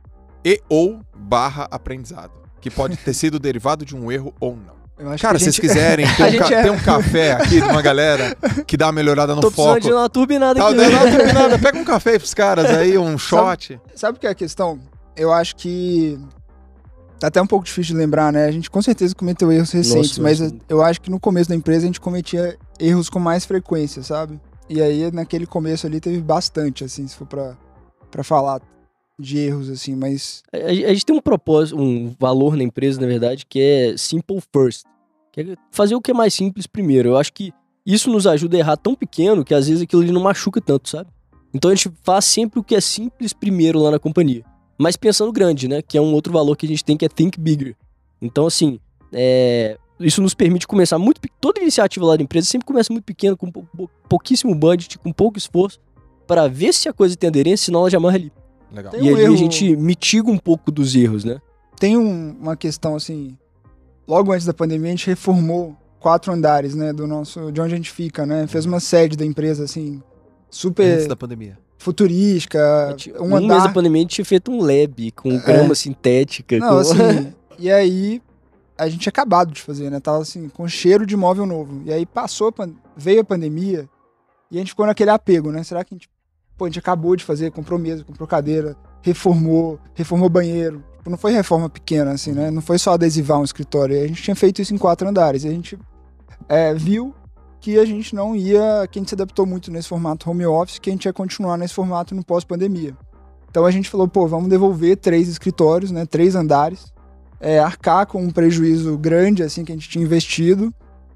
ou aprendizado? Que pode ter sido derivado de um erro ou não. Cara, se vocês quiserem, tem um café aqui de uma galera que dá uma melhorada no Tô foco. precisando de uma turbinada aqui. Pega um café pros caras aí, um shot. Sabe o que é a questão? Eu acho que Tá até um pouco difícil de lembrar, né? A gente com certeza cometeu erros recentes, mas eu acho que no começo da empresa a gente cometia erros com mais frequência, sabe? E aí, naquele começo ali, teve bastante, assim, se for pra falar de erros, assim, mas... A gente tem um propósito, um valor na empresa, na verdade, que é simple first. Que é fazer o que é mais simples primeiro. Eu acho que isso nos ajuda a errar tão pequeno que às vezes aquilo ali não machuca tanto, sabe? Então a gente faz sempre o que é simples primeiro lá na companhia. Mas pensando grande, né? Que é um outro valor que a gente tem, que é think bigger. Então, assim, isso nos permite começar muito... Toda iniciativa lá da empresa sempre começa muito pequeno, com pouquíssimo budget, com pouco esforço, para ver se a coisa tem aderência, senão ela já morre ali. Legal. Tem E um ali erro- a gente mitiga um pouco dos erros, né? Tem uma questão, assim... Logo antes da pandemia, a gente reformou 4 andares, né? De onde a gente fica, né? Fez uma sede da empresa, assim... Super Antes da pandemia. futurística. Um mês andar... da pandemia a gente tinha feito um lab com grama sintética. Não, com... assim... E aí, a gente tinha acabado de fazer, né? Tava, assim, com cheiro de móvel novo. E aí veio a pandemia e a gente ficou naquele apego, né? Será que a gente acabou de fazer, comprou mesa, comprou cadeira, reformou banheiro. Tipo, não foi reforma pequena, assim, né? Não foi só adesivar um escritório. E a gente tinha feito isso em 4 andares. E a gente viu que a gente não ia... Que a gente se adaptou muito nesse formato home office, que a gente ia continuar nesse formato no pós-pandemia. Então a gente falou, vamos devolver 3 escritórios, né? 3 andares. Arcar com um prejuízo grande, assim, que a gente tinha investido.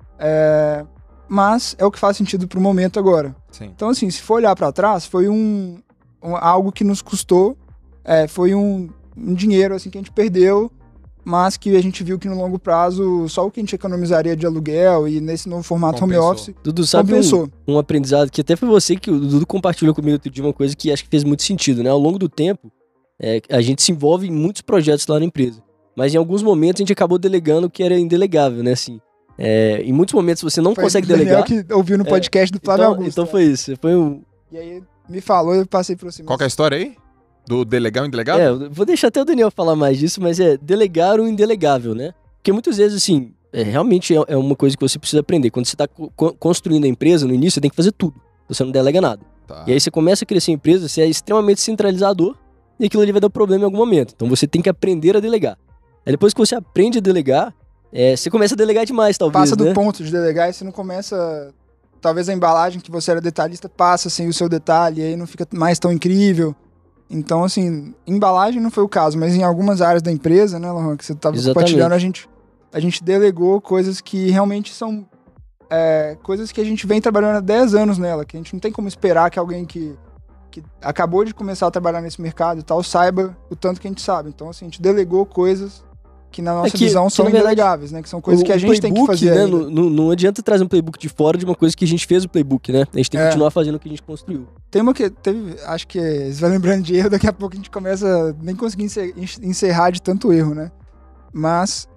Mas é o que faz sentido pro momento agora. Sim. Então, assim, se for olhar para trás, foi algo que nos custou, foi um dinheiro, assim, que a gente perdeu, mas que a gente viu que no longo prazo, só o que a gente economizaria de aluguel e nesse novo formato home Compensou. office, Dudu, sabe compensou. um aprendizado que até foi você que o Dudu compartilhou comigo outro dia, uma coisa que acho que fez muito sentido, né? Ao longo do tempo, a gente se envolve em muitos projetos lá na empresa, mas em alguns momentos a gente acabou delegando o que era indelegável, né? Assim, em muitos momentos você não Foi consegue o Daniel delegar. que ouviu no podcast do Flávio Augusto. Então foi isso. Foi um... E aí me falou e eu passei por cima. Qual que é a história aí? Do delegar e indelegável? eu vou deixar até o Daniel falar mais disso, mas delegar o indelegável, né? Porque muitas vezes, assim, realmente é uma coisa que você precisa aprender. Quando você está construindo a empresa, no início, você tem que fazer tudo. Você não delega nada. Tá. E aí você começa a crescer a empresa, você é extremamente centralizador e aquilo ali vai dar problema em algum momento. Então você tem que aprender a delegar. Aí depois que você aprende a delegar, você começa a delegar demais, talvez, Passa do né? ponto de delegar e você não começa... Talvez a embalagem que você era detalhista passa sem o seu detalhe, e aí não fica mais tão incrível. Então, assim, embalagem não foi o caso, mas em algumas áreas da empresa, né, Lohan, que você estava compartilhando, a gente delegou coisas que realmente são coisas que a gente vem trabalhando há 10 anos nela, que a gente não tem como esperar que alguém que acabou de começar a trabalhar nesse mercado e tal, saiba o tanto que a gente sabe. Então, assim, a gente delegou coisas que na nossa visão são indelegáveis, né? Que são coisas que a gente tem que fazer. Né, não adianta trazer um playbook de fora de uma coisa que a gente fez o playbook, né? A gente tem que continuar fazendo o que a gente construiu. Tem uma que teve, acho que você vai lembrando de erro, daqui a pouco a gente começa a nem conseguir encerrar de tanto erro, né? Mas,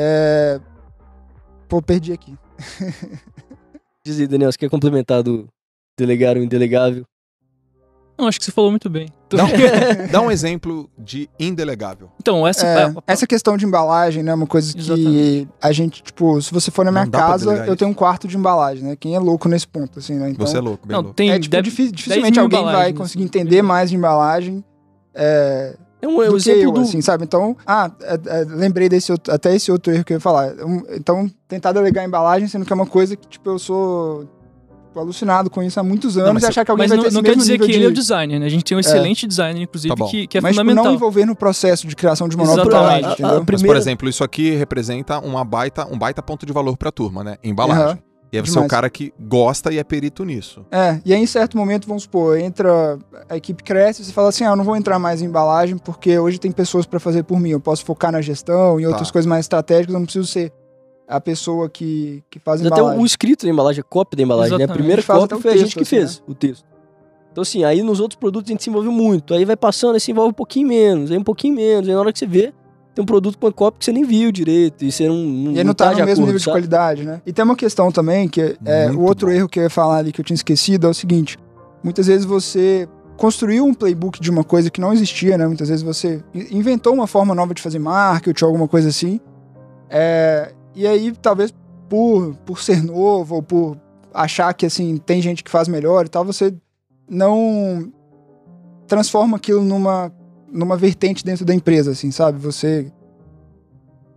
perdi aqui. Diz aí, Daniel, você quer complementar do delegar o indelegável? Não, acho que você falou muito bem. Dá um exemplo de indelegável. Então, essa questão de embalagem, né, uma coisa que Exatamente. a gente, tipo, se você for na minha Não dá pra casa, delegar eu isso. tenho um quarto de embalagem, né? Quem é louco nesse ponto, assim, né? Então, Você é louco, bem Não, louco. tem dificilmente alguém vai conseguir entender mais de embalagem do que eu, assim, sabe? Então, lembrei até esse outro erro que eu ia falar. Então, tentar delegar a embalagem, sendo que é uma coisa que, tipo, eu sou alucinado com isso há muitos anos e achar que alguém vai ter esse não mesmo quer dizer nível que de... ele é o designer, né? A gente tem um excelente designer, inclusive, Tá bom. que é mas, tipo, fundamental. não envolver no processo de criação de uma nova Exatamente. embalagem, entendeu? Mas, por exemplo, isso aqui representa um baita ponto de valor pra turma, né? Embalagem. E aí você é o cara que gosta e é perito nisso. E aí em certo momento, vamos supor, a equipe cresce e você fala assim, eu não vou entrar mais em embalagem porque hoje tem pessoas pra fazer por mim, eu posso focar na gestão e outras coisas mais estratégicas, eu não preciso ser a pessoa que faz a embalagem. Até o escrito da embalagem, a cópia da embalagem, né? A primeira cópia foi a gente que fez o texto. Então assim, aí nos outros produtos a gente se envolve muito, aí vai passando, aí se envolve um pouquinho menos, aí na hora que você vê, tem um produto com uma cópia que você nem viu direito, e você não tá no mesmo acordo, nível de qualidade, né? E tem uma questão também, que o outro erro que eu ia falar ali, que eu tinha esquecido, é o seguinte, muitas vezes você construiu um playbook de uma coisa que não existia, né? Muitas vezes você inventou uma forma nova de fazer marketing ou alguma coisa assim, e aí talvez por ser novo ou por achar que assim tem gente que faz melhor e tal, você não transforma aquilo numa vertente dentro da empresa, assim, sabe? Você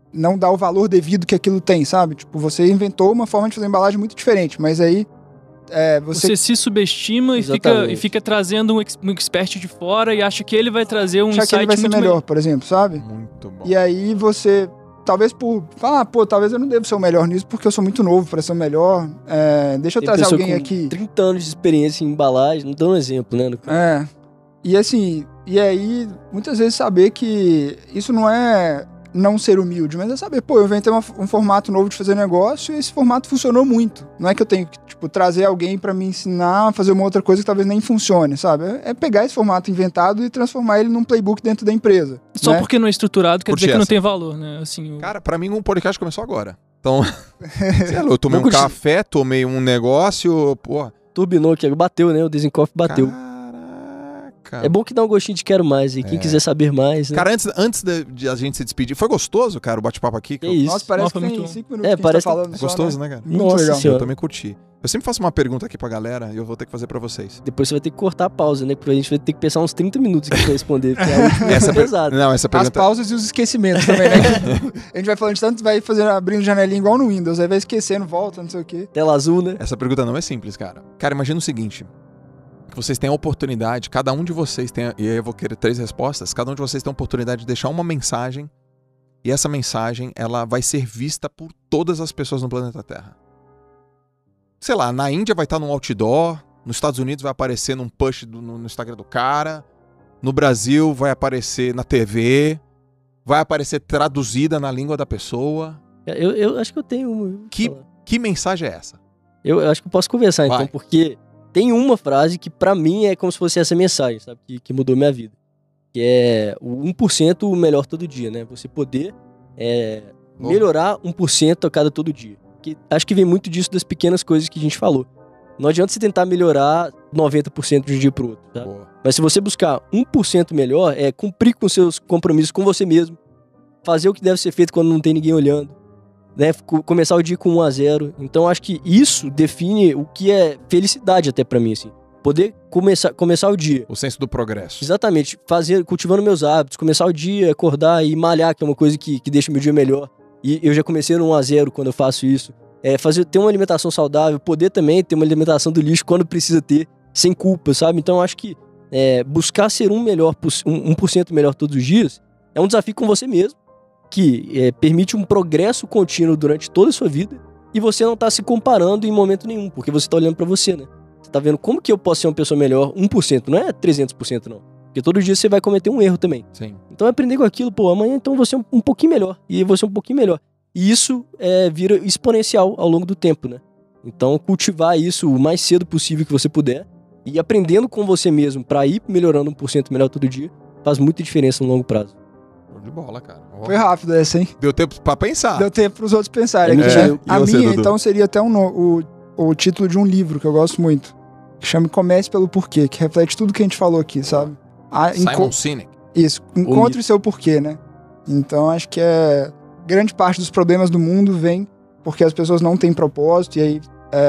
não dá o valor devido que aquilo tem, sabe? Tipo, você inventou uma forma de fazer embalagem muito diferente, mas aí você se subestima e fica trazendo um expert de fora e acha que ele vai trazer um insight que ele vai ser muito melhor, por exemplo, sabe? Muito bom. E aí você, talvez por falar, talvez eu não devo ser o melhor nisso porque eu sou muito novo pra ser o melhor. Deixa eu Tem trazer pessoa alguém com aqui. 30 anos de experiência em embalagem, não dá um exemplo, né? E assim, e aí, muitas vezes saber que isso não é não ser humilde, mas é saber, eu inventei um formato novo de fazer negócio e esse formato funcionou muito. Não é que eu tenho que, trazer alguém pra me ensinar a fazer uma outra coisa que talvez nem funcione, sabe? É pegar esse formato inventado e transformar ele num playbook dentro da empresa. Só né? porque não é estruturado quer dizer que não tem valor, né? Assim, Cara, pra mim um podcast começou agora. Então, sei lá, eu tomei um café, tomei um negócio, pô. Turbinou aqui, bateu, né? O Desencoff bateu. Caraca. É bom que dá um gostinho de quero mais. E quem quiser saber mais, né? Cara, antes de a gente se despedir, foi gostoso, cara, o bate-papo aqui? É isso. Nossa, parece que tem 5 minutos que a gente tá falando É só, gostoso, né? né, cara? Muito legal. Eu também curti. Eu sempre faço uma pergunta aqui pra galera e eu vou ter que fazer pra vocês. Depois você vai ter que cortar a pausa, né? Porque a gente vai ter que pensar uns 30 minutos aqui pra responder, porque a última é pesada. Não, essa pergunta... As pausas e os esquecimentos também, né? A gente vai falando de tanto, vai abrindo janelinha igual no Windows, aí vai esquecendo, volta, não sei o quê. Tela azul, né? Essa pergunta não é simples, cara. Cara, imagina o seguinte... que vocês têm a oportunidade, cada um de vocês tem, e aí eu vou querer 3 respostas, cada um de vocês tem a oportunidade de deixar uma mensagem, e essa mensagem, ela vai ser vista por todas as pessoas no planeta Terra. Sei lá, na Índia vai estar num outdoor, nos Estados Unidos vai aparecer num push no Instagram do cara, no Brasil vai aparecer na TV, vai aparecer traduzida na língua da pessoa. Eu acho que eu tenho uma. Que mensagem é essa? Eu acho que eu posso conversar, então, porque tem uma frase que pra mim é como se fosse essa mensagem, sabe? Que mudou minha vida. Que é o 1% melhor todo dia, né? Você poder melhorar 1% a cada todo dia. Que acho que vem muito disso das pequenas coisas que a gente falou. Não adianta você tentar melhorar 90% de um dia pro outro, tá? Mas se você buscar 1% melhor, é cumprir com seus compromissos com você mesmo, fazer o que deve ser feito quando não tem ninguém olhando, né? Começar o dia com 1-0. Então acho que isso define o que é felicidade até pra mim, assim. Poder começar o dia. O senso do progresso. Exatamente. Cultivando meus hábitos, começar o dia, acordar e malhar, que é uma coisa que deixa meu dia melhor. E eu já comecei no 1-0 quando eu faço isso. Ter uma alimentação saudável, poder também ter uma alimentação do lixo quando precisa ter, sem culpa, sabe? Então acho que buscar ser 1% melhor todos os dias é um desafio com você mesmo, que permite um progresso contínuo durante toda a sua vida e você não tá se comparando em momento nenhum, porque você tá olhando pra você, né? Você tá vendo como que eu posso ser uma pessoa melhor 1%, não é 300% não. Porque todo dia você vai cometer um erro também. Sim. Então aprender com aquilo, amanhã então você é um pouquinho melhor, e você é um pouquinho melhor. E isso vira exponencial ao longo do tempo, né? Então cultivar isso o mais cedo possível que você puder e aprendendo com você mesmo pra ir melhorando 1% melhor todo dia, faz muita diferença no longo prazo. Show de bola, cara. Foi rápido essa, hein? Deu tempo pra pensar. Deu tempo pros outros pensarem. A minha, então, seria até o título de um livro que eu gosto muito, que chama Comece pelo Porquê, que reflete tudo que a gente falou aqui, sabe? Simon Sinek. Isso, encontre seu porquê, né? Então, acho que grande parte dos problemas do mundo vem porque as pessoas não têm propósito e aí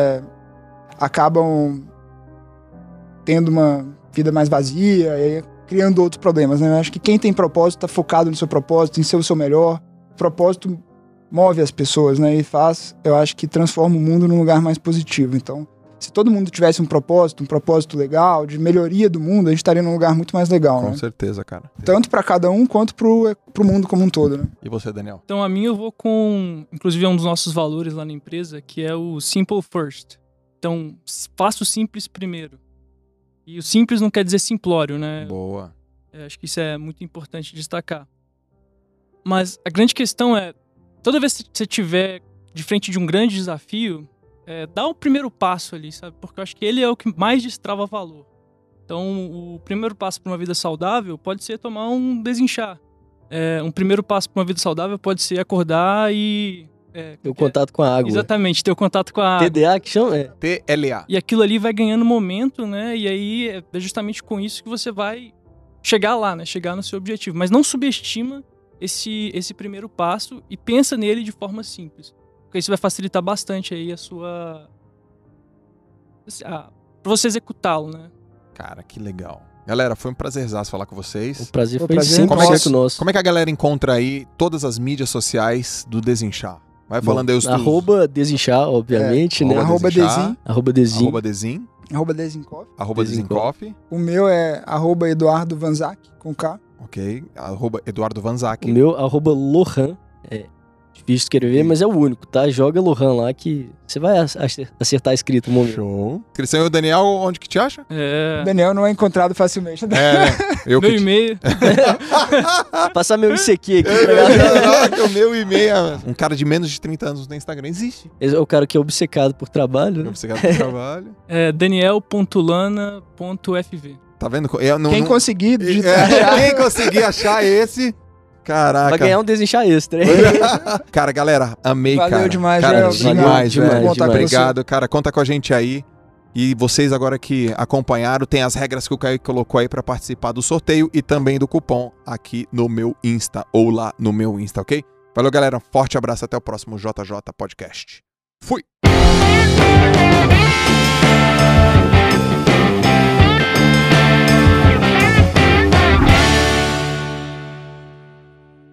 acabam tendo uma vida mais vazia e aí criando outros problemas, né? Eu acho que quem tem propósito tá focado no seu propósito, em ser o seu melhor. O propósito move as pessoas, né? E eu acho que transforma o mundo num lugar mais positivo. Então, se todo mundo tivesse um propósito legal, de melhoria do mundo, a gente estaria num lugar muito mais legal, né? Com certeza, cara. Tanto pra cada um, quanto pro mundo como um todo, né? E você, Daniel? Então, a minha eu vou com, inclusive, um dos nossos valores lá na empresa, que é o Simple First. Então, faça o simples primeiro. E o simples não quer dizer simplório, né? Boa. Acho que isso é muito importante destacar. Mas a grande questão é, toda vez que você estiver de frente de um grande desafio, dá o primeiro passo ali, sabe? Porque eu acho que ele é o que mais destrava valor. Então, o primeiro passo para uma vida saudável pode ser tomar um desinchar. Um primeiro passo para uma vida saudável pode ser acordar e... ter o contato com a água. Exatamente, ter o contato com a água. TDA que chama? TLA. E aquilo ali vai ganhando momento, né? E aí é justamente com isso que você vai chegar lá, né? Chegar no seu objetivo. Mas não subestima esse primeiro passo e pensa nele de forma simples. Porque isso vai facilitar bastante aí a sua... pra você executá-lo, né? Cara, que legal. Galera, foi um prazerzaço falar com vocês. O prazer O foi prazer é 100% nosso. Como é que a galera encontra aí todas as mídias sociais do Desinchar? Vai falando aí os Arroba Desinchar, obviamente, né? Arroba Desin. Arroba Desin. Arroba Desin. Arroba Desincoff. Arroba Desincoff. O meu é arroba Eduardo Vanzac, com K. Ok. Arroba Eduardo Vanzac. O meu, arroba Lohan. É difícil escrever, mas é o único, tá? Joga Lohan lá que você vai acertar a escrita no momento. Show. Inscrição e o Daniel, onde que te acha? O Daniel não é encontrado facilmente. Eu Meu que te... e-mail. Passar meu ICQ aqui pra galera. Caraca, o meu e-mail. Um cara de menos de 30 anos no Instagram existe. Esse é o cara que é obcecado por trabalho, né? Obrigado pelo trabalho. Daniel.lana.fv. Tá vendo? Eu não, Quem não... conseguir digitar. Quem conseguir achar esse... Caraca. Vai ganhar um Desinchar extra. Cara, galera, amei, Valeu cara. demais, cara, Joel. demais, Demais, velho. demais. Obrigado, cara. Conta com a gente aí. E vocês agora que acompanharam, tem as regras que o Caio colocou aí pra participar do sorteio e também do cupom aqui no meu Insta ou lá no meu Insta, ok? Valeu, galera. Forte abraço. Até o próximo JJ Podcast. Fui!